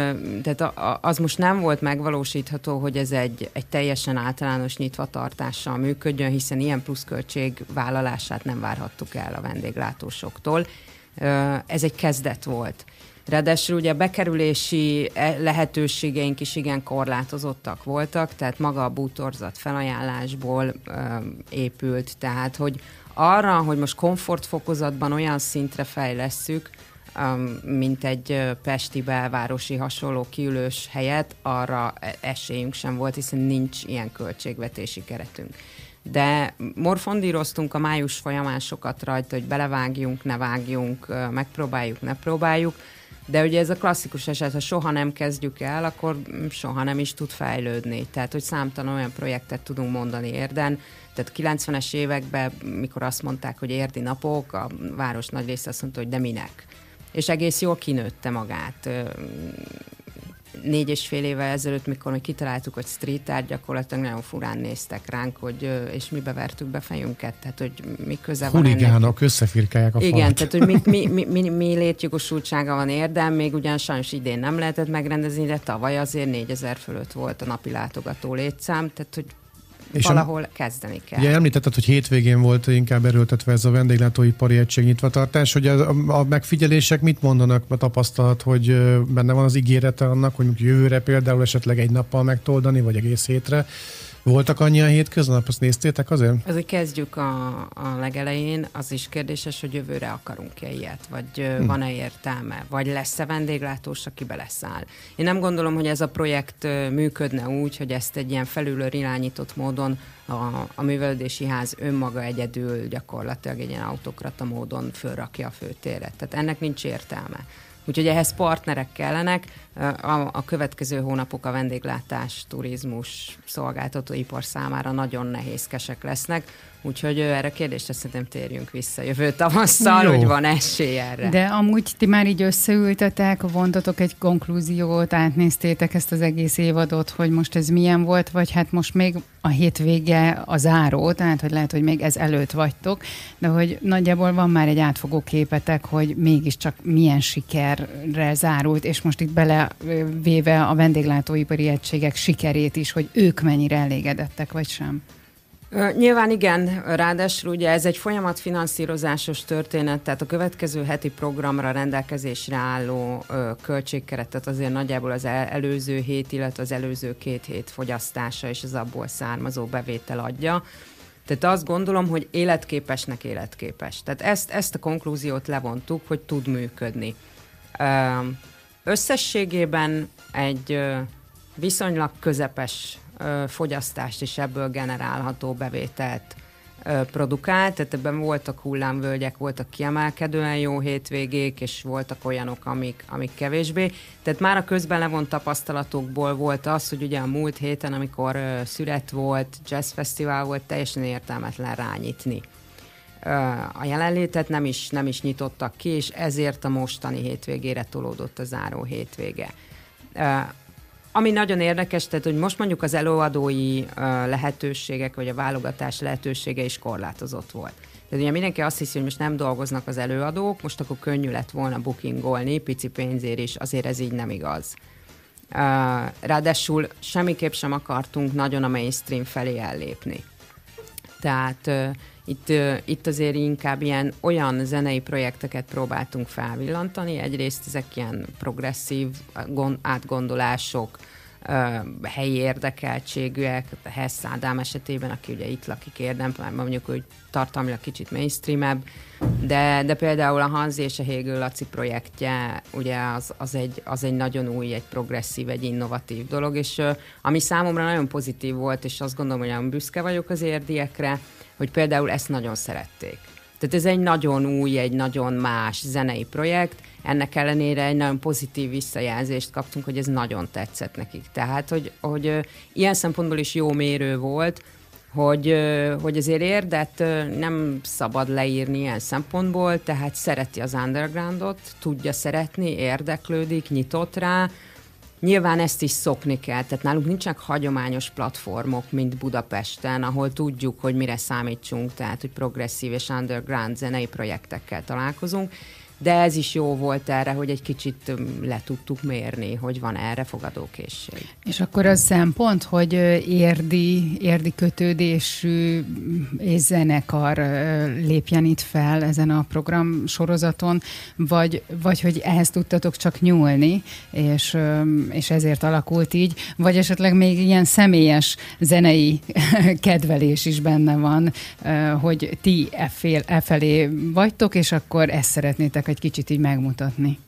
az most nem volt megvalósítható, hogy ez egy teljesen általános nyitvatartással működjön, hiszen ilyen pluszköltség vállalását nem várhattuk el a vendéglátósoktól. Ez egy kezdet volt. Ráadásul ugye a bekerülési lehetőségeink is igen korlátozottak voltak, tehát maga a bútorzat felajánlásból épült, tehát hogy arra, hogy most komfortfokozatban olyan szintre fejlesszük, mint egy pesti belvárosi hasonló kiülős helyet, arra esélyünk sem volt, hiszen nincs ilyen költségvetési keretünk. De morfondíroztunk a május folyamán sokat rajta, hogy belevágjunk, ne vágjunk, megpróbáljuk, ne próbáljuk, de ugye ez a klasszikus eset, ha soha nem kezdjük el, akkor soha nem is tud fejlődni. Tehát, hogy számtalan olyan projektet tudunk mondani Érden, tehát 90-es években, mikor azt mondták, hogy érdi napok, a város nagy része azt mondta, hogy de minek. És egész jól kinőtte magát. 4,5 évvel ezelőtt, mikor mi kitaláltuk, hogy street art, gyakorlatilag nagyon furán néztek ránk, és mi bevertük be fejünket, tehát hogy mi köze van ennek. Huligánok összefirkálják a falat. Igen, tehát hogy mi létjogosultsága van Érden, még ugyan sajnos idén nem lehetett megrendezni, de tavaly azért 4000 fölött volt a napi látogató létszám, tehát hogy és valahol kezdeni kell. Ugye említetted, hogy hétvégén volt inkább erőltetve ez a vendéglátóipari egység nyitvatartás, hogy a megfigyelések mit mondanak, a tapasztalat, hogy benne van az ígérete annak, hogy jövőre például esetleg egy nappal megtoldani, vagy egész hétre. Voltak annyian hétköznap, azt néztétek azért? Azért kezdjük a legelején, az is kérdéses, hogy jövőre akarunk-e ilyet, vagy van-e értelme, vagy lesz-e vendéglátós, aki beleszáll. Én nem gondolom, hogy ez a projekt működne úgy, hogy ezt egy ilyen felülről irányított módon a művelődési ház önmaga egyedül gyakorlatilag egy ilyen autokrata módon fölrakja a főtérre. Tehát ennek nincs értelme. Úgyhogy ehhez partnerek kellenek, a következő hónapok a vendéglátás, turizmus, szolgáltatóipar számára nagyon nehézkesek lesznek, úgyhogy erre a kérdésre szerintem térjünk vissza jövő tavasszal, hogy van esély erre. De amúgy ti már így összeültetek, vontatok egy konklúziót, átnéztétek ezt az egész évadot, hogy most ez milyen volt, vagy hát most még a hétvége a záró, tehát hogy lehet, hogy még ez előtt vagytok, de hogy nagyjából van már egy átfogó képetek, hogy mégiscsak milyen sikerrel zárult, és most itt belevéve a vendéglátóipari egységek sikerét is, hogy ők mennyire elégedettek, vagy sem. Nyilván igen, ráadásul ugye ez egy folyamatfinanszírozásos történet, tehát a következő heti programra rendelkezésre álló költségkeretet azért nagyjából az előző hét, illetve az előző 2 hét fogyasztása és az abból származó bevétel adja. Tehát azt gondolom, hogy életképesnek életképes. Tehát ezt a konklúziót levontuk, hogy tud működni. Összességében egy viszonylag közepes fogyasztást is ebből generálható bevételt produkált, tehát ebben voltak hullámvölgyek, voltak kiemelkedően jó hétvégék, és voltak olyanok, amik kevésbé. Tehát már a közben levont tapasztalatokból volt az, hogy ugye a múlt héten, amikor szület volt, jazzfesztivál volt, teljesen értelmetlen rányitni. A jelenlétet nem is nyitottak ki, és ezért a mostani hétvégére tolódott a záró hétvége. Ami nagyon érdekes, tehát, hogy most mondjuk az előadói lehetőségek, vagy a válogatás lehetősége is korlátozott volt. Tehát ugye mindenki azt hiszi, hogy most nem dolgoznak az előadók, most akkor könnyű lett volna bookingolni, pici pénzért is, azért ez így nem igaz. Ráadásul semmiképp sem akartunk nagyon a mainstream felé ellépni. Tehát itt azért inkább olyan zenei projekteket próbáltunk felvillantani, egyrészt ezek ilyen progresszív átgondolások, helyi érdekeltségűek, a Hess Ádám esetében, aki ugye itt lakik Érdemben, mondjuk, hogy tartalmilag kicsit mainstreamebb, de például a Hanzi és a Hégő Laci projektje, ugye az egy nagyon új, egy progresszív, egy innovatív dolog, és ami számomra nagyon pozitív volt, és azt gondolom, hogy nagyon büszke vagyok az érdiekre, hogy például ezt nagyon szerették. Tehát ez egy nagyon új, egy nagyon más zenei projekt, ennek ellenére egy nagyon pozitív visszajelzést kaptunk, hogy ez nagyon tetszett nekik. Tehát, hogy ilyen szempontból is jó mérő volt, hogy azért Érdet nem szabad leírni ilyen szempontból, tehát szereti az undergroundot, tudja szeretni, érdeklődik, nyitott rá. Nyilván ezt is szokni kell, tehát nálunk nincsenek hagyományos platformok, mint Budapesten, ahol tudjuk, hogy mire számítsunk, tehát hogy progresszív és underground zenei projektekkel találkozunk, de ez is jó volt erre, hogy egy kicsit le tudtuk mérni, hogy van erre fogadókészség. És akkor az szempont, hogy érdi kötődésű és zenekar lépjen itt fel ezen a program sorozaton, vagy hogy ehhez tudtatok csak nyúlni, és ezért alakult így, vagy esetleg még ilyen személyes zenei kedvelés is benne van, hogy ti efelé vagytok, és akkor ezt szeretnétek egy kicsit így megmutatni.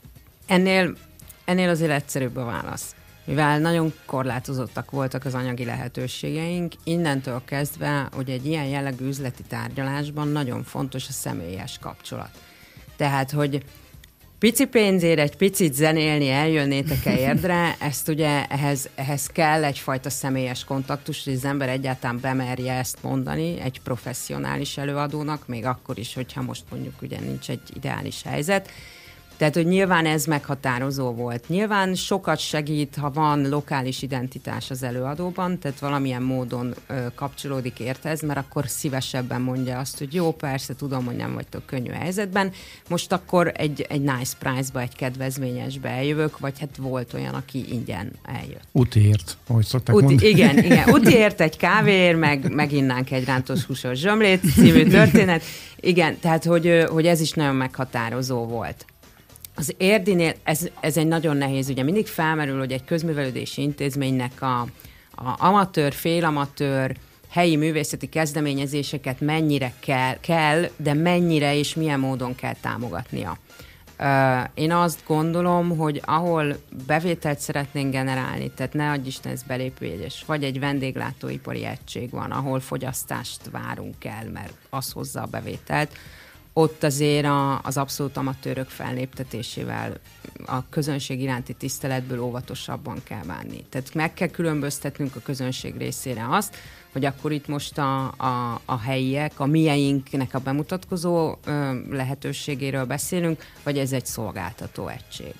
Ennél azért egyszerűbb a válasz. Mivel nagyon korlátozottak voltak az anyagi lehetőségeink, innentől kezdve, hogy egy ilyen jellegű üzleti tárgyalásban nagyon fontos a személyes kapcsolat. Tehát, hogy pici pénzért egy picit zenélni, eljönnétek-e Érdre, ezt ugye ehhez kell egyfajta személyes kontaktus, hogy az ember egyáltalán bemerje ezt mondani egy professzionális előadónak, még akkor is, hogyha most mondjuk ugye nincs egy ideális helyzet. Tehát, hogy nyilván ez meghatározó volt. Nyilván sokat segít, ha van lokális identitás az előadóban, tehát valamilyen módon kapcsolódik érthez, mert akkor szívesebben mondja azt, hogy jó, persze, tudom, hogy nem vagytok könnyű helyzetben, most akkor egy nice price-ba, egy kedvezményesbe eljövök, vagy hát volt olyan, aki ingyen eljött. Utiért, ahogy szokták mondani. Igen, utiért egy kávéért, meginnánk egy rántos húsos zsömlét című történet. Igen, tehát, hogy ez is nagyon meghatározó volt. Az Érdinél ez egy nagyon nehéz, ugye mindig felmerül, hogy egy közművelődési intézménynek a amatőr, félamatőr, helyi művészeti kezdeményezéseket mennyire kell, de mennyire és milyen módon kell támogatnia. Én azt gondolom, hogy ahol bevételt szeretnénk generálni, tehát ne adj Isten, ez belépőjegyes, vagy egy vendéglátóipari egység van, ahol fogyasztást várunk el, mert az hozza a bevételt, ott azért az abszolút amatőrök felléptetésével a közönség iránti tiszteletből óvatosabban kell bánni. Tehát meg kell különböztetnünk a közönség részére azt, hogy akkor itt most a helyiek, a mieinknek a bemutatkozó lehetőségéről beszélünk, vagy ez egy szolgáltató egység.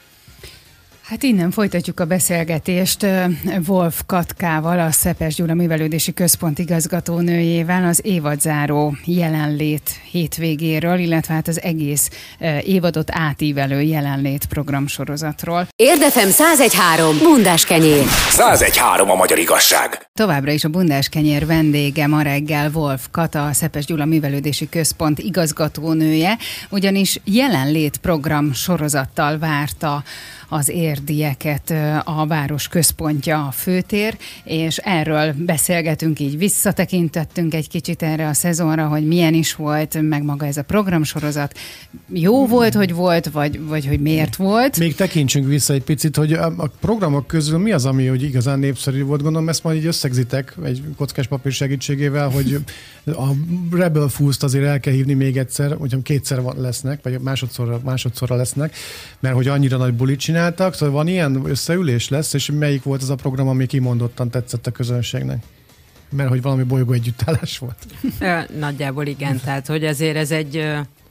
Hát innen folytatjuk a beszélgetést Wolf Katkával, a Szepes Gyula Művelődési Központ igazgatónőjével az évadzáró jelenlét hétvégéről, illetve hát az egész évadot átívelő jelenlét programsorozatról. Érdefem 101.3 Bundás kenyér. 101.3 a magyar igazság. Továbbra is a Bundás kenyér vendége ma reggel Wolf Kata, a Szepes Gyula Művelődési Központ igazgatónője, ugyanis jelenlét program sorozattal várta az érdieket a város központja, a főtér, és erről beszélgetünk, így visszatekintettünk egy kicsit erre a szezonra, hogy milyen is volt, meg maga ez a programsorozat. Jó volt, hogy volt, vagy hogy miért volt? Még tekintsünk vissza egy picit, hogy a programok közül mi az, ami hogy igazán népszerű volt, gondolom, ezt majd így összegzitek egy kockás papír segítségével, hogy a Rebel Foost azért el kell hívni még egyszer, hogyha kétszer lesznek, vagy másodszorra lesznek, mert hogy annyira nagy bulit csináltak, szóval van ilyen összeülés lesz, és melyik volt az a program, ami kimondottan tetszett a közönségnek? Mert hogy valami bolygó együttállás volt. Nagyjából igen, tehát hogy azért ez egy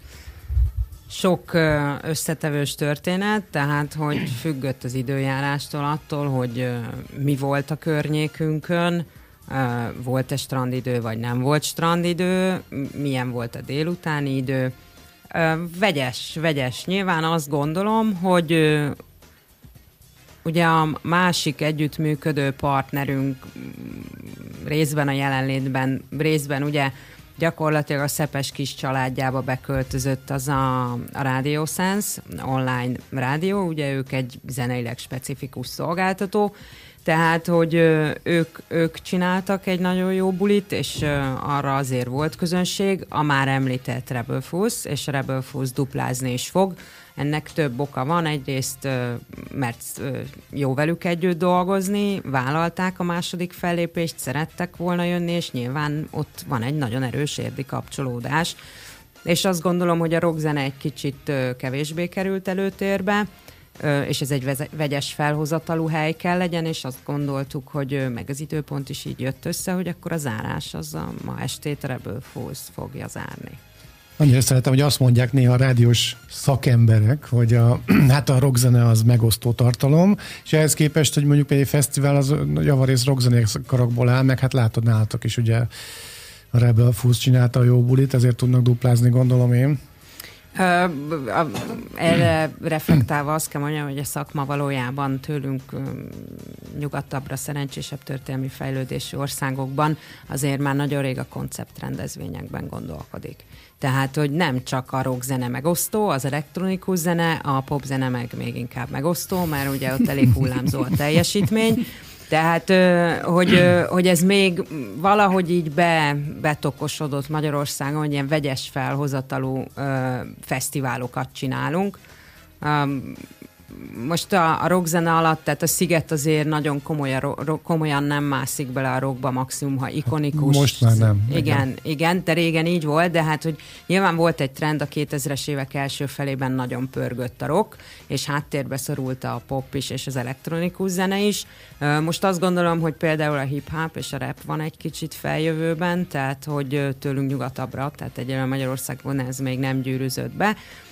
sok összetevős történet, tehát hogy függött az időjárástól attól, hogy mi volt a környékünkön, volt-e strandidő, vagy nem volt strandidő, milyen volt a délutáni idő. Vegyes. Nyilván azt gondolom, hogy ugye a másik együttműködő partnerünk részben a jelenlétben, részben ugye gyakorlatilag a Szepes kis családjába beköltözött az a Radio Sense online rádió, ugye ők egy zeneileg specifikus szolgáltató, tehát, hogy ők csináltak egy nagyon jó bulit, és arra azért volt közönség, a már említett Rebel Fools, és a Rebel Fools duplázni is fog. Ennek több oka van, egyrészt, mert jó velük együtt dolgozni, vállalták a második fellépést, szerettek volna jönni, és nyilván ott van egy nagyon erős érdi kapcsolódás. És azt gondolom, hogy a rockzene egy kicsit kevésbé került előtérbe, és ez egy vegyes felhozatalú hely kell legyen, és azt gondoltuk, hogy meg az időpont is így jött össze, hogy akkor a zárás az a ma estét Rebel Fools fogja zárni. Annyira szeretem, hogy azt mondják néha a rádiós szakemberek, hogy a rockzene az megosztó tartalom, és ehhez képest, hogy mondjuk egy fesztivál az javarész rockzenékarokból áll, meg hát látod nálatok is, ugye a Rebel Fools csinálta a jó bulit, ezért tudnak duplázni, gondolom én. Erre reflektálva azt kell mondjam, hogy a szakma valójában tőlünk nyugatabbra, szerencsésebb történelmi fejlődésű országokban azért már nagyon rég a konceptrendezvényekben gondolkodik. Tehát, hogy nem csak a rockzene megosztó, az elektronikus zene, a popzene meg még inkább megosztó, mert ugye ott elég hullámzó a teljesítmény. Tehát, hogy ez még valahogy így betokosodott Magyarországon, hogy ilyen vegyes felhozatalú fesztiválokat csinálunk. Most a rockzene alatt, tehát a Sziget azért nagyon komolyan nem mászik bele a rockba, maximum, ha ikonikus. Most már nem. Igen, de régen így volt, de hát, hogy nyilván volt egy trend, a 2000-es évek első felében nagyon pörgött a rock, és háttérbe szorult a pop is, és az elektronikus zene is. Most azt gondolom, hogy például a hip-hop és a rap van egy kicsit feljövőben, tehát, hogy tőlünk nyugatabbra, tehát egyelőre Magyarországon ez még nem gyűrűzött be.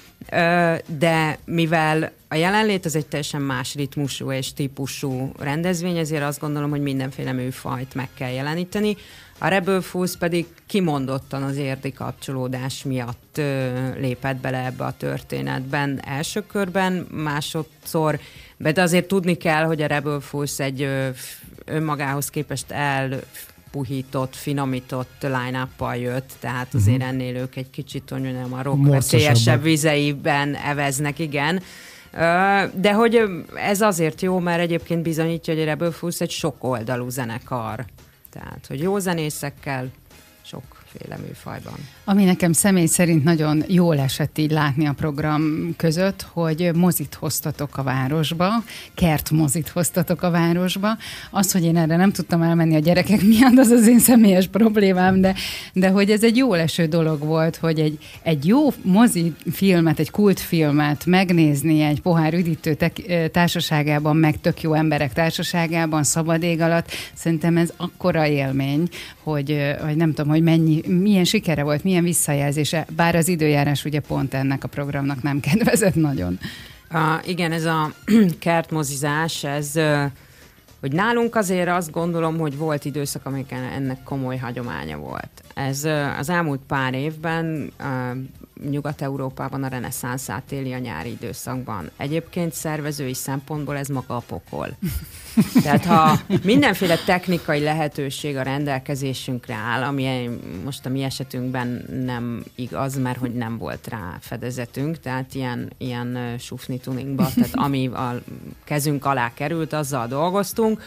De mivel a jelenlét az egy teljesen más ritmusú és típusú rendezvény, ezért azt gondolom, hogy mindenféle műfajt meg kell jeleníteni. A Rebel Fools pedig kimondottan az érdi kapcsolódás miatt lépett bele ebbe a történetben első körben, másodszor, de azért tudni kell, hogy a Rebel Fools egy önmagához képest puhított, finomított line-uppal jött, tehát azért ennél ők egy kicsit, hogy mondjam, a rock veszélyesebb vizeiben eveznek, igen. De hogy ez azért jó, mert egyébként bizonyítja, hogy a Rebel Fools egy sokoldalú zenekar. Tehát, hogy jó zenészekkel, sokféle műfajban. Ami nekem személy szerint nagyon jól esett így látni a program között, hogy mozit hoztatok a városba, kertmozit hoztatok a városba. Az, hogy én erre nem tudtam elmenni a gyerekek miatt, az az én személyes problémám, de hogy ez egy jól eső dolog volt, hogy egy jó mozifilmet, egy kultfilmet megnézni egy pohár üdítő társaságában, meg tök jó emberek társaságában, szabad ég alatt, szerintem ez akkora élmény, hogy nem tudom, hogy milyen sikere volt, milyen visszajelzése, bár az időjárás ugye pont ennek a programnak nem kedvezett nagyon. Igen, ez a kertmozizás, ez, hogy nálunk azért azt gondolom, hogy volt időszak, amikor ennek komoly hagyománya volt. Ez az elmúlt pár évben Nyugat-Európában a reneszánszát éli a nyári időszakban. Egyébként szervezői szempontból ez maga a pokol. Tehát ha mindenféle technikai lehetőség a rendelkezésünkre áll, ami most a mi esetünkben nem igaz, mert hogy nem volt rá fedezetünk, tehát ilyen sufni tuningba, tehát ami a kezünk alá került, azzal dolgoztunk.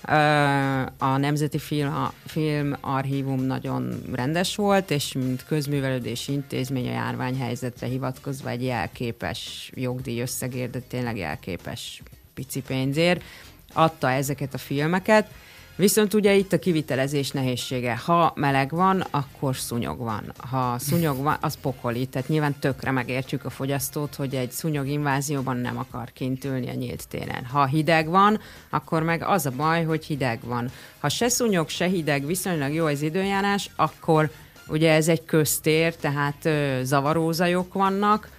A Nemzeti Filmarchívum nagyon rendes volt, és mint közművelődési intézmény a járványhelyzetre hivatkozva egy jelképes jogdíj összegért, de tényleg jelképes pici pénzért adta ezeket a filmeket. Viszont ugye itt a kivitelezés nehézsége. Ha meleg van, akkor szúnyog van. Ha szúnyog van, az pokoli. Tehát nyilván tökre megértjük a fogyasztót, hogy egy szúnyoginvázióban nem akar kint ülni a nyílt téren. Ha hideg van, akkor meg az a baj, hogy hideg van. Ha se szúnyog, se hideg, viszonylag jó az időjárás, akkor ugye ez egy köztér, tehát zavaró zajok vannak,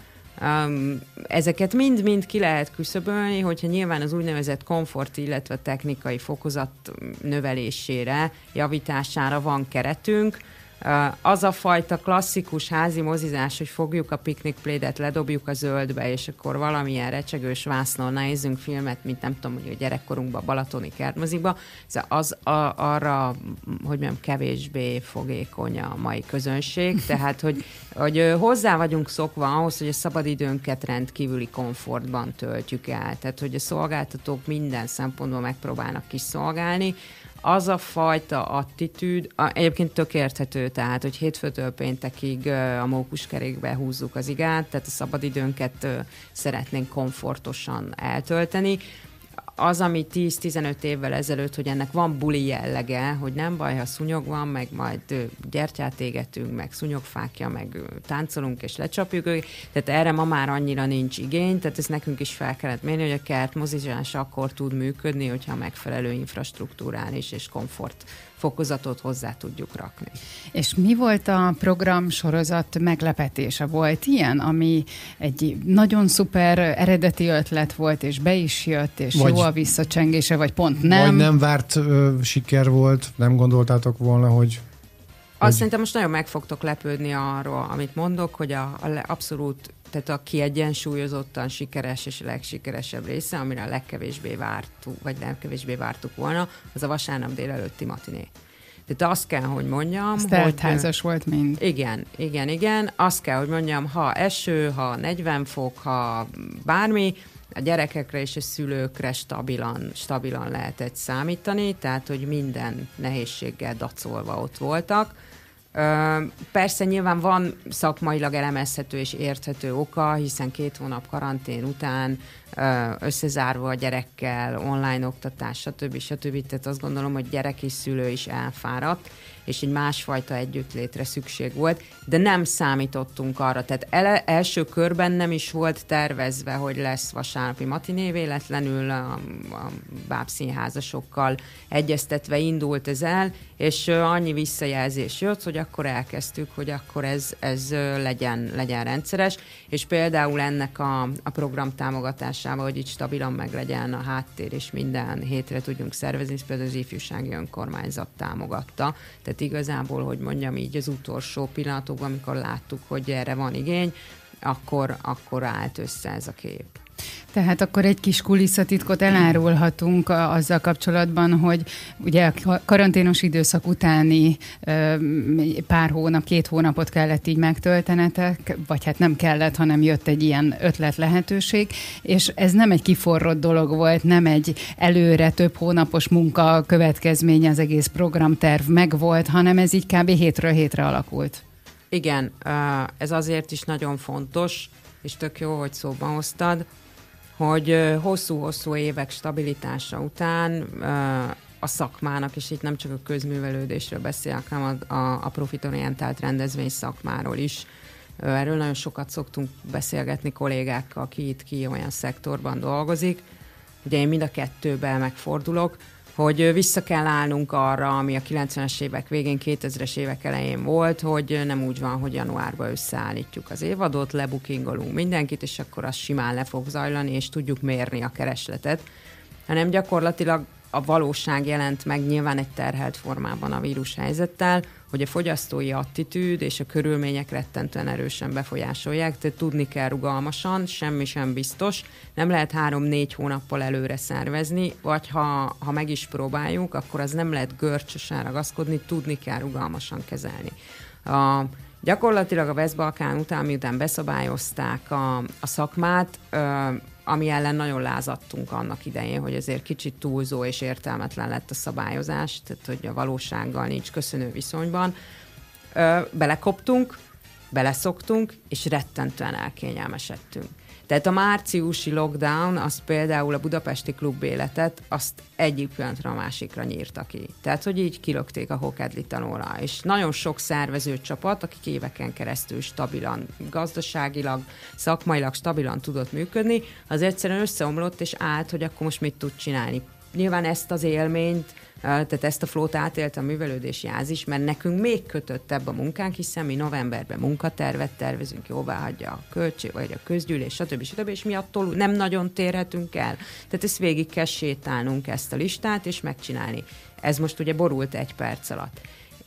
Ezeket mind-mind ki lehet küszöbölni, hogyha nyilván az úgynevezett komfort, illetve technikai fokozat növelésére, javítására van keretünk. Az a fajta klasszikus házi mozizás, hogy fogjuk a picnic plate-et, ledobjuk a zöldbe, és akkor valamilyen recsegős vásznon nézzünk filmet, mint nem tudom, hogy a gyerekkorunkban balatoni kertmoziba, az arra, hogy mondjam, kevésbé fogékony a mai közönség, tehát, hogy hozzá vagyunk szokva ahhoz, hogy a szabadidőnket rendkívüli komfortban töltjük el, tehát, hogy a szolgáltatók minden szempontból megpróbálnak kiszolgálni. Az a fajta attitűd, egyébként tök érthető, tehát, hogy hétfőtől péntekig a mókuskerékbe húzzuk az igát, tehát a szabadidőnket szeretnénk komfortosan eltölteni. Az, ami 10-15 évvel ezelőtt, hogy ennek van buli jellege, hogy nem baj, ha szúnyog van, meg majd gyertyát égetünk, meg szúnyogfákja, meg táncolunk és lecsapjuk őket. Tehát erre ma már annyira nincs igény, tehát ezt nekünk is fel kellett mérni, hogy a kertmozizás akkor tud működni, hogyha megfelelő infrastruktúrális és komfort fokozatot hozzá tudjuk rakni. És mi volt a program sorozat meglepetése? Volt ilyen, ami egy nagyon szuper eredeti ötlet volt, és be is jött, és jó a visszacsengése, vagy pont nem? Vagy nem várt siker volt, nem gondoltátok volna, hogy... Azt szerintem most nagyon meg fogtok lepődni arról, amit mondok, hogy abszolút, tehát a kiegyensúlyozottan sikeres és a legsikeresebb része, amire a legkevésbé vártuk, vagy legkevésbé vártuk volna, az a vasárnap délelőtti matiné. Tehát azt kell, hogy mondjam, teltházas volt mind. Igen. Azt kell, hogy mondjam, ha eső, ha 40 fok, ha bármi, a gyerekekre és a szülőkre stabilan lehetett számítani, tehát, hogy minden nehézséggel dacolva ott voltak. Persze nyilván van szakmailag elemezhető és érthető oka, hiszen 2 hónap karantén után összezárva a gyerekkel, online oktatás, stb. Tehát azt gondolom, hogy gyerek és szülő is elfáradt, és egy másfajta együttlétre szükség volt, de nem számítottunk arra. Tehát első körben nem is volt tervezve, hogy lesz vasárnapi matiné, véletlenül a bábszínházasokkal egyeztetve indult ez el, és annyi visszajelzés jött, hogy akkor elkezdtük, hogy akkor ez legyen rendszeres, és például ennek a program támogatásával, hogy itt stabilan meg legyen a háttér, és minden hétre tudjunk szervezni, például az ifjúsági önkormányzat támogatta. Tehát igazából, hogy mondjam így, az utolsó pillanatokban, amikor láttuk, hogy erre van igény, akkor állt össze ez a kép. Tehát akkor egy kis kulisszatitkot elárulhatunk azzal kapcsolatban, hogy ugye a karanténos időszak utáni pár hónap, 2 hónapot kellett így megtöltenetek, vagy hát nem kellett, hanem jött egy ilyen ötlet lehetőség, és ez nem egy kiforrott dolog volt, nem egy előre több hónapos munka következménye, az egész programterv megvolt, hanem ez így kb. Hétről hétre alakult. Igen, ez azért is nagyon fontos, és tök jó, hogy szóba hoztad, hogy hosszú-hosszú évek stabilitása után a szakmának, és itt nem csak a közművelődésről beszélek, hanem a profitorientált rendezvény szakmáról is. Erről nagyon sokat szoktunk beszélgetni kollégákkal, ki olyan szektorban dolgozik. Ugye én mind a kettőben megfordulok, hogy vissza kell állnunk arra, ami a 90-es évek végén, 2000-es évek elején volt, hogy nem úgy van, hogy januárban összeállítjuk az évadot, lebukingolunk mindenkit, és akkor az simán le fog zajlani, és tudjuk mérni a keresletet, hanem gyakorlatilag a valóság jelent meg nyilván egy terhelt formában a vírushelyzettel, hogy a fogyasztói attitűd és a körülmények rettentően erősen befolyásolják, tehát tudni kell rugalmasan, semmi sem biztos, nem lehet 3-4 hónappal előre szervezni, vagy ha meg is próbáljuk, akkor az nem lehet görcsösen ragaszkodni, tudni kell rugalmasan kezelni. Gyakorlatilag a West-Balkán után, miután beszabályozták a szakmát, ami ellen nagyon lázadtunk annak idején, hogy azért kicsit túlzó és értelmetlen lett a szabályozás, tehát hogy a valósággal nincs köszönő viszonyban. Belekoptunk, beleszoktunk, és rettentően elkényelmesedtünk. Tehát a márciusi lockdown, az például a budapesti klubéletet, azt egyik pillanatra a másikra nyírta ki. Tehát, hogy így kilökték a hokedlitanóra. És nagyon sok szervező csapat, akik éveken keresztül stabilan, gazdaságilag, szakmailag stabilan tudott működni, az egyszerűen összeomlott és állt, hogy akkor most mit tud csinálni. Nyilván ezt az élményt Tehát ezt a flót átélte a művelődési ház is, mert nekünk még kötöttebb a munkánk, hiszen mi novemberben munkatervet tervezünk, jóváhagyja a költség, vagy a közgyűlés, stb. És mi attól nem nagyon térhetünk el. Tehát ezt végig kell sétálnunk, ezt a listát, és megcsinálni. Ez most ugye borult 1 perc alatt.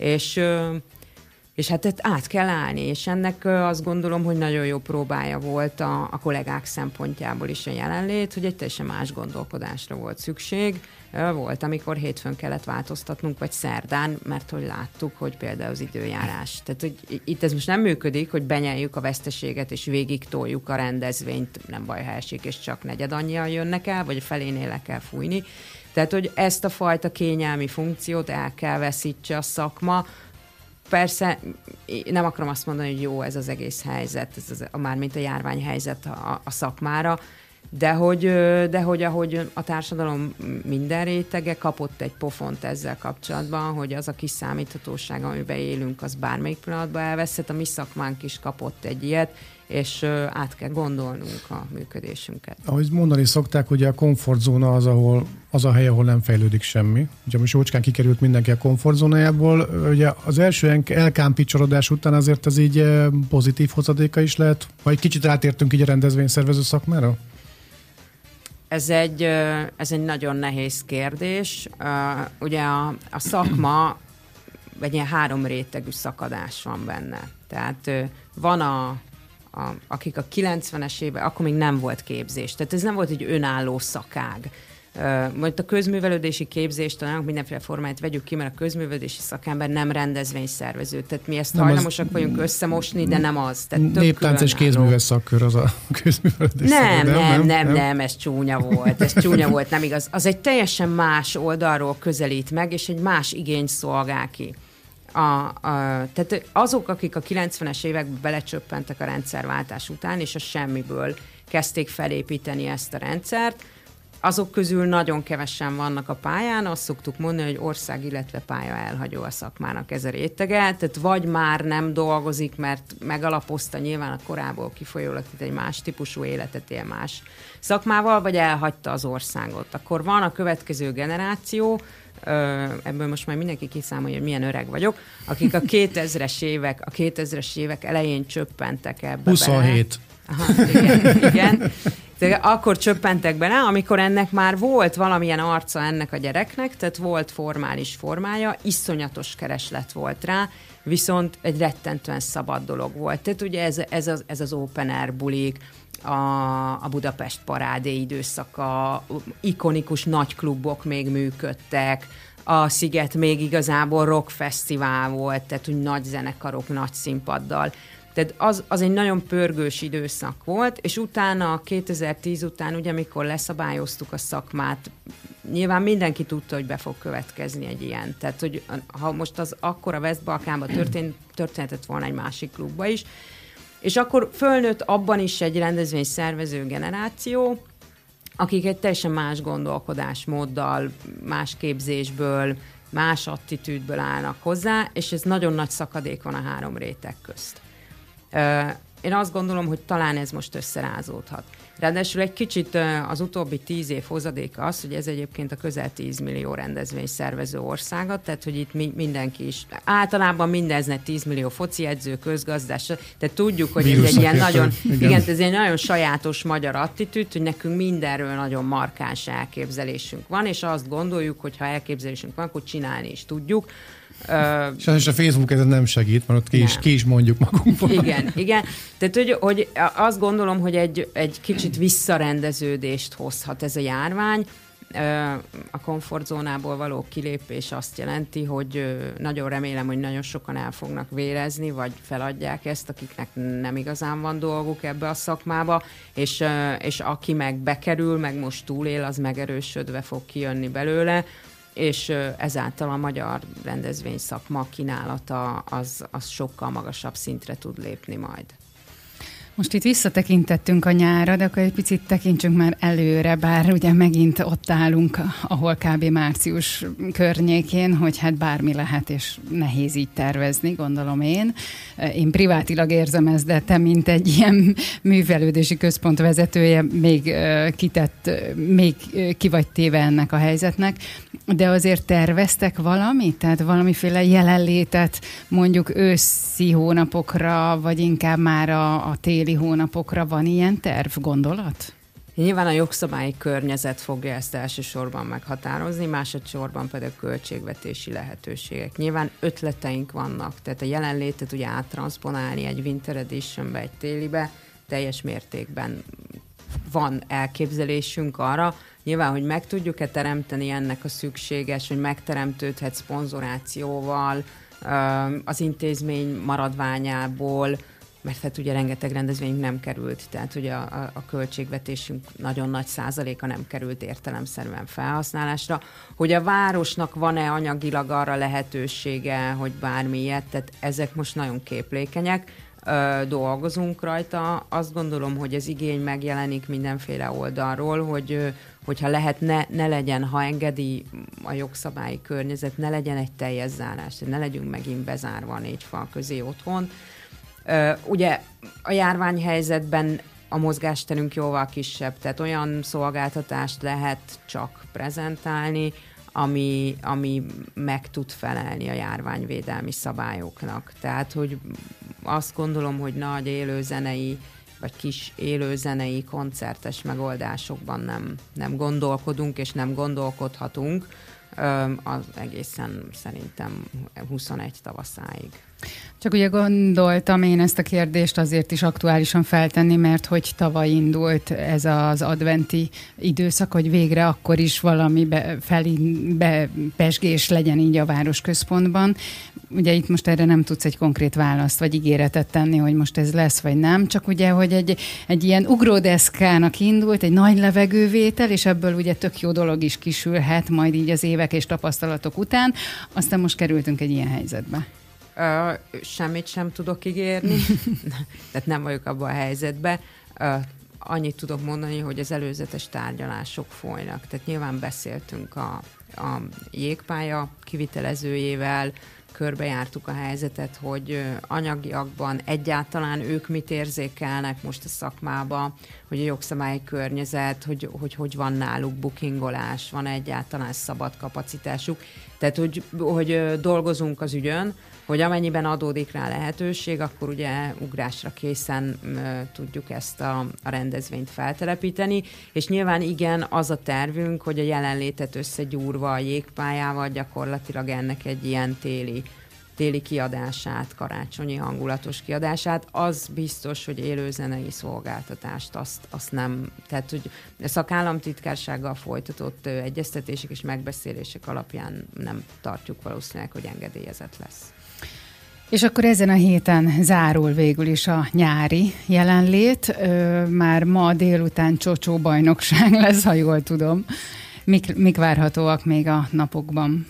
És hát át kell állni, és ennek azt gondolom, hogy nagyon jó próbája volt a kollégák szempontjából is a jelenlét, hogy egy teljesen más gondolkodásra volt szükség. Volt, amikor hétfőn kellett változtatnunk, vagy szerdán, mert hogy láttuk, hogy például az időjárás. Tehát, hogy itt ez most nem működik, hogy benyeljük a veszteséget, és végig toljuk a rendezvényt, nem baj, ha esik, és csak negyed annyian jönnek el, vagy a felénél le kell fújni. Tehát, hogy ezt a fajta kényelmi funkciót el kell veszítse a szakma. Persze nem akarom azt mondani, hogy jó ez az egész helyzet, mármint a járványhelyzet a szakmára, de hogy ahogy a társadalom minden rétege kapott egy pofont ezzel kapcsolatban, hogy az a kiszámíthatóság, amiben élünk, az bármelyik pillanatban elveszett, a mi szakmánk is kapott egy ilyet, és át kell gondolnunk a működésünket. Ahogy mondani szokták, ugye a komfortzóna az a hely, ahol nem fejlődik semmi. Ugye most jócskán kikerült mindenki a komfortzónájából. Ugye az első elkámpicsorodás után azért ez így pozitív hozadéka is lehet? Vagy kicsit rátértünk így a rendezvényszervező szakmára? Ez egy nagyon nehéz kérdés. Ugye a szakma egy ilyen 3 rétegű szakadás van benne. Tehát van akik a 90-es évek, akkor még nem volt képzés. Tehát ez nem volt egy önálló szakág. Majd a közművelődési képzést, talán mindenféle formáját vegyük ki, mert a közművelődési szakember nem rendezvényszervező. Tehát mi ezt nem hajlamosak vagyunk összemosni, de nem az. Néptánc és kézműves szakkör az a közművelődés. Nem, ez csúnya volt. Ez csúnya volt, nem igaz. Az egy teljesen más oldalról közelít meg, és egy más igényt szolgál ki. Tehát azok, akik a 90-es években belecsöppentek a rendszerváltás után, és a semmiből kezdték felépíteni ezt a rendszert, azok közül nagyon kevesen vannak a pályán, azt szoktuk mondani, hogy ország, illetve pálya elhagyó a szakmának ez a rétege, tehát vagy már nem dolgozik, mert megalapozta nyilván a korából kifolyólag egy más típusú életet él más szakmával, vagy elhagyta az országot. Akkor van a következő generáció, ebből most már mindenki kiszámolja, hogy milyen öreg vagyok, akik a 2000-es évek elején csöppentek ebbe 27. Aha, igen. De akkor csöppentek bele, amikor ennek már volt valamilyen arca ennek a gyereknek, tehát volt formális formája, iszonyatos kereslet volt rá, viszont egy rettentően szabad dolog volt. Tehát ugye ez az open air bulik, a Budapest parádé időszaka, ikonikus nagy klubok még működtek, a Sziget még igazából rockfesztivál volt, tehát úgy nagy zenekarok, nagy színpaddal. Tehát az egy nagyon pörgős időszak volt, és utána, 2010 után, ugye, amikor leszabályoztuk a szakmát, nyilván mindenki tudta, hogy be fog következni egy ilyen. Tehát, hogy ha most az akkor a West-Balkánban történhetett volna egy másik klubba is, és akkor fölnőtt abban is egy rendezvényszervező generáció, akik egy teljesen más gondolkodásmóddal, más képzésből, más attitűdből állnak hozzá, és ez nagyon nagy szakadék van a 3 réteg közt. Én azt gondolom, hogy talán ez most összerázódhat. Ráadásul egy kicsit az utóbbi 10 év hozadéka az, hogy ez egyébként a közel 10 millió rendezvényszervező országa, tehát hogy itt mindenki is, általában mindeznek 10 millió foci edző, közgazdás, tehát tudjuk, hogy ez egy ilyen nagyon, igen, ez egy nagyon sajátos magyar attitűd, hogy nekünk mindenről nagyon markáns elképzelésünk van, és azt gondoljuk, hogy ha elképzelésünk van, akkor csinálni is tudjuk. Sajnos a Facebook ezen nem segít, mert ott ki is mondjuk magunkból. Igen. Tehát, hogy azt gondolom, hogy egy kicsit visszarendeződést hozhat ez a járvány. A komfortzónából való kilépés azt jelenti, hogy nagyon remélem, hogy nagyon sokan el fognak vérezni, vagy feladják ezt, akiknek nem igazán van dolguk ebbe a szakmába, és aki meg bekerül, meg most túlél, az megerősödve fog kijönni belőle, és ezáltal a magyar rendezvényszakma kínálata az sokkal magasabb szintre tud lépni majd. Most itt visszatekintettünk a nyárra, de akkor egy picit tekintsünk már előre, bár ugye megint ott állunk, ahol kb. Március környékén, hogy hát bármi lehet, és nehéz így tervezni, gondolom én. Én privátilag érzem ezt, de te, mint egy ilyen művelődési központ vezetője, még ki vagy téve ennek a helyzetnek. De azért terveztek valamit? Tehát valamiféle jelenlétet mondjuk őszi hónapokra, vagy inkább már a téli hónapokra van ilyen terv, gondolat? Nyilván a jogszabályi környezet fogja ezt elsősorban meghatározni, másodszorban pedig a költségvetési lehetőségek. Nyilván ötleteink vannak, tehát a jelenlétet ugye áttranszponálni egy Winter Editionbe, egy télibe, teljes mértékben van elképzelésünk arra, nyilván, hogy meg tudjuk-e teremteni ennek a szükséges, hogy megteremtődhet szponzorációval, az intézmény maradványából, mert hát ugye rengeteg rendezvényünk nem került, tehát ugye a költségvetésünk nagyon nagy százaléka nem került értelemszerűen felhasználásra. Hogy a városnak van-e anyagilag arra lehetősége, hogy bármi ilyet, tehát ezek most nagyon képlékenyek, dolgozunk rajta. Azt gondolom, hogy az igény megjelenik mindenféle oldalról, hogyha lehet, ne legyen, ha engedi a jogszabályi környezet, ne legyen egy teljes zárás, ne legyünk megint bezárva a 4 fal közé otthon. Ugye a járványhelyzetben a mozgásterünk jóval kisebb, tehát olyan szolgáltatást lehet csak prezentálni, ami meg tud felelni a járványvédelmi szabályoknak. Tehát, hogy azt gondolom, hogy nagy élőzenei, vagy kis élőzenei koncertes megoldásokban nem gondolkodunk, és nem gondolkodhatunk, az egészen szerintem 21 tavaszáig. Csak ugye gondoltam én ezt a kérdést azért is aktuálisan feltenni, mert hogy tavaly indult ez az adventi időszak, hogy végre akkor is valami bepesgés legyen így a városközpontban. Ugye itt most erre nem tudsz egy konkrét választ vagy ígéretet tenni, hogy most ez lesz vagy nem, csak ugye, hogy egy ilyen ugródeszkának indult, egy nagy levegővétel, és ebből ugye tök jó dolog is kisülhet majd így az évek és tapasztalatok után, aztán most kerültünk egy ilyen helyzetbe. Semmit sem tudok ígérni, tehát nem vagyok abban a helyzetben. Annyit tudok mondani, hogy az előzetes tárgyalások folynak. Tehát nyilván beszéltünk a jégpálya kivitelezőjével, körbejártuk a helyzetet, hogy anyagiakban egyáltalán ők mit érzékelnek most a szakmába, hogy a jogszabályi környezet, hogy van náluk bookingolás, van egyáltalán szabad kapacitásuk. Tehát, hogy dolgozunk az ügyön, hogy amennyiben adódik rá lehetőség, akkor ugye ugrásra készen tudjuk ezt a rendezvényt feltelepíteni, és nyilván igen, az a tervünk, hogy a jelenlétet összegyúrva a jégpályával gyakorlatilag ennek egy ilyen téli kiadását, karácsonyi hangulatos kiadását, az biztos, hogy élőzenei szolgáltatást, azt nem, tehát hogy a szakállamtitkársággal folytatott egyeztetések és megbeszélések alapján nem tartjuk valószínűleg, hogy engedélyezett lesz. És akkor ezen a héten zárul végül is a nyári jelenlét. Már ma délután csocsó bajnokság lesz, ha jól tudom. Mik várhatóak még a napokban?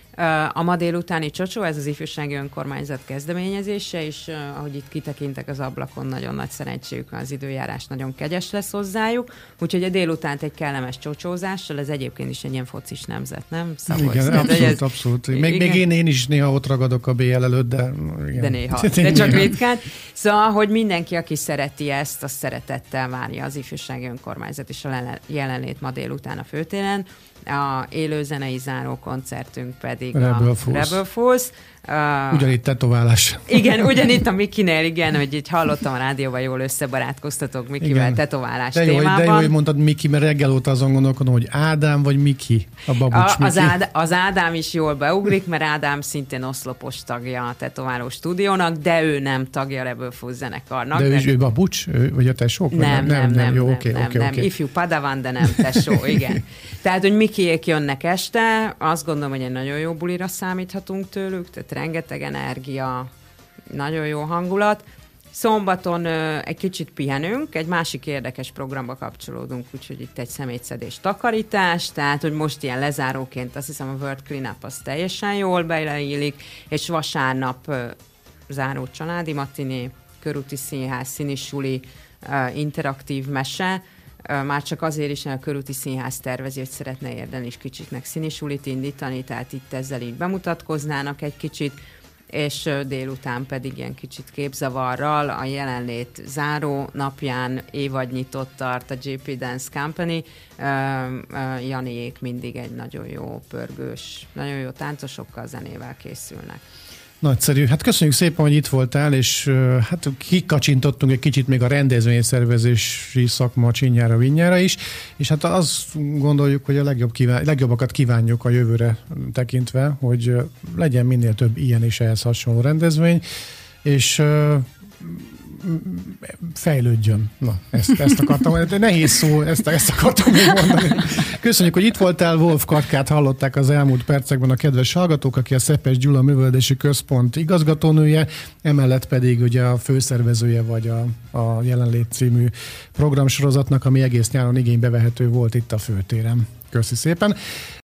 A ma délutáni csocsó, ez az ifjúsági önkormányzat kezdeményezése, és ahogy itt kitekintek az ablakon, nagyon nagy szerencséjük, az időjárás nagyon kegyes lesz hozzájuk, úgyhogy a délutánt egy kellemes csocsózással, ez egyébként is egy ilyen focis nemzet, nem? Szabolcs, igen, abszolút. Még én is néha ott ragadok a BL előtt, de... Igen. De néha, de csak ritkán. Szóval, hogy mindenki, aki szereti ezt, az szeretettel várja az ifjúsági önkormányzat és a jelenlét ma délután a főtéren. A élőzenei záró koncertünk pedig Rebel Fools. Ugyanitt tetoválás. Igen, ugyanitt a Mikinél, igen, hogy így hallottam a rádióban, jól összebarátkoztatok Mikivel igen. Tetoválás témában. De jó, hogy mondtad Miki, mert reggel óta azon gondolkodom, hogy Ádám vagy Miki, a babucs Miki. Az Ádám is jól beugrik, mert Ádám szintén oszlopos tagja a tetováló stúdiónak, de ő nem tagja a Rebel Fools zenekarnak. De ő babucs? Vagy a tesók? Nem. Jó, nem. Ifjú padawan, de nem tesó, igen. Tehát, hogy Mikiék jönnek este, azt gondolom, hogy egy nagyon jó bulira számíthatunk tőlük, tehát rengeteg energia, nagyon jó hangulat. Szombaton egy kicsit pihenünk, egy másik érdekes programba kapcsolódunk, úgyhogy itt egy szemétszedés takarítás, tehát hogy most ilyen lezáróként azt hiszem a World Cleanup az teljesen jól beleillik, és vasárnap záró családi matiné, Körúti Színház, színisuli, interaktív mese, már csak azért is, mert a Körúti Színház tervezi, hogy szeretne érden is kicsiknek színisulit indítani, tehát itt ezzel így bemutatkoznának egy kicsit. és délután pedig ilyen kicsit képzavarral a jelenlét záró napján évadnyitott tart a JP Dance Company. Janiék mindig egy nagyon jó pörgős, nagyon jó táncosokkal, zenével készülnek. Nagyszerű. Hát köszönjük szépen, hogy itt voltál, és hát kikacsintottunk egy kicsit még a rendezvényszervezési szakma csinyára, vinnyára is, és hát azt gondoljuk, hogy a legjobbakat kívánjuk a jövőre tekintve, hogy legyen minél több ilyen és ehhez hasonló rendezvény, és fejlődjön. Na, ezt akartam, de nehéz szó, ezt akartam még mondani. Köszönjük, hogy itt voltál. Wolf Katkát hallották az elmúlt percekben a kedves hallgatók, aki a Szepes Gyula Művelődési Központ igazgatónője, emellett pedig ugye a főszervezője vagy a Jelenlét című programsorozatnak, ami egész nyáron igénybe vehető volt itt a főtéren. Köszi szépen.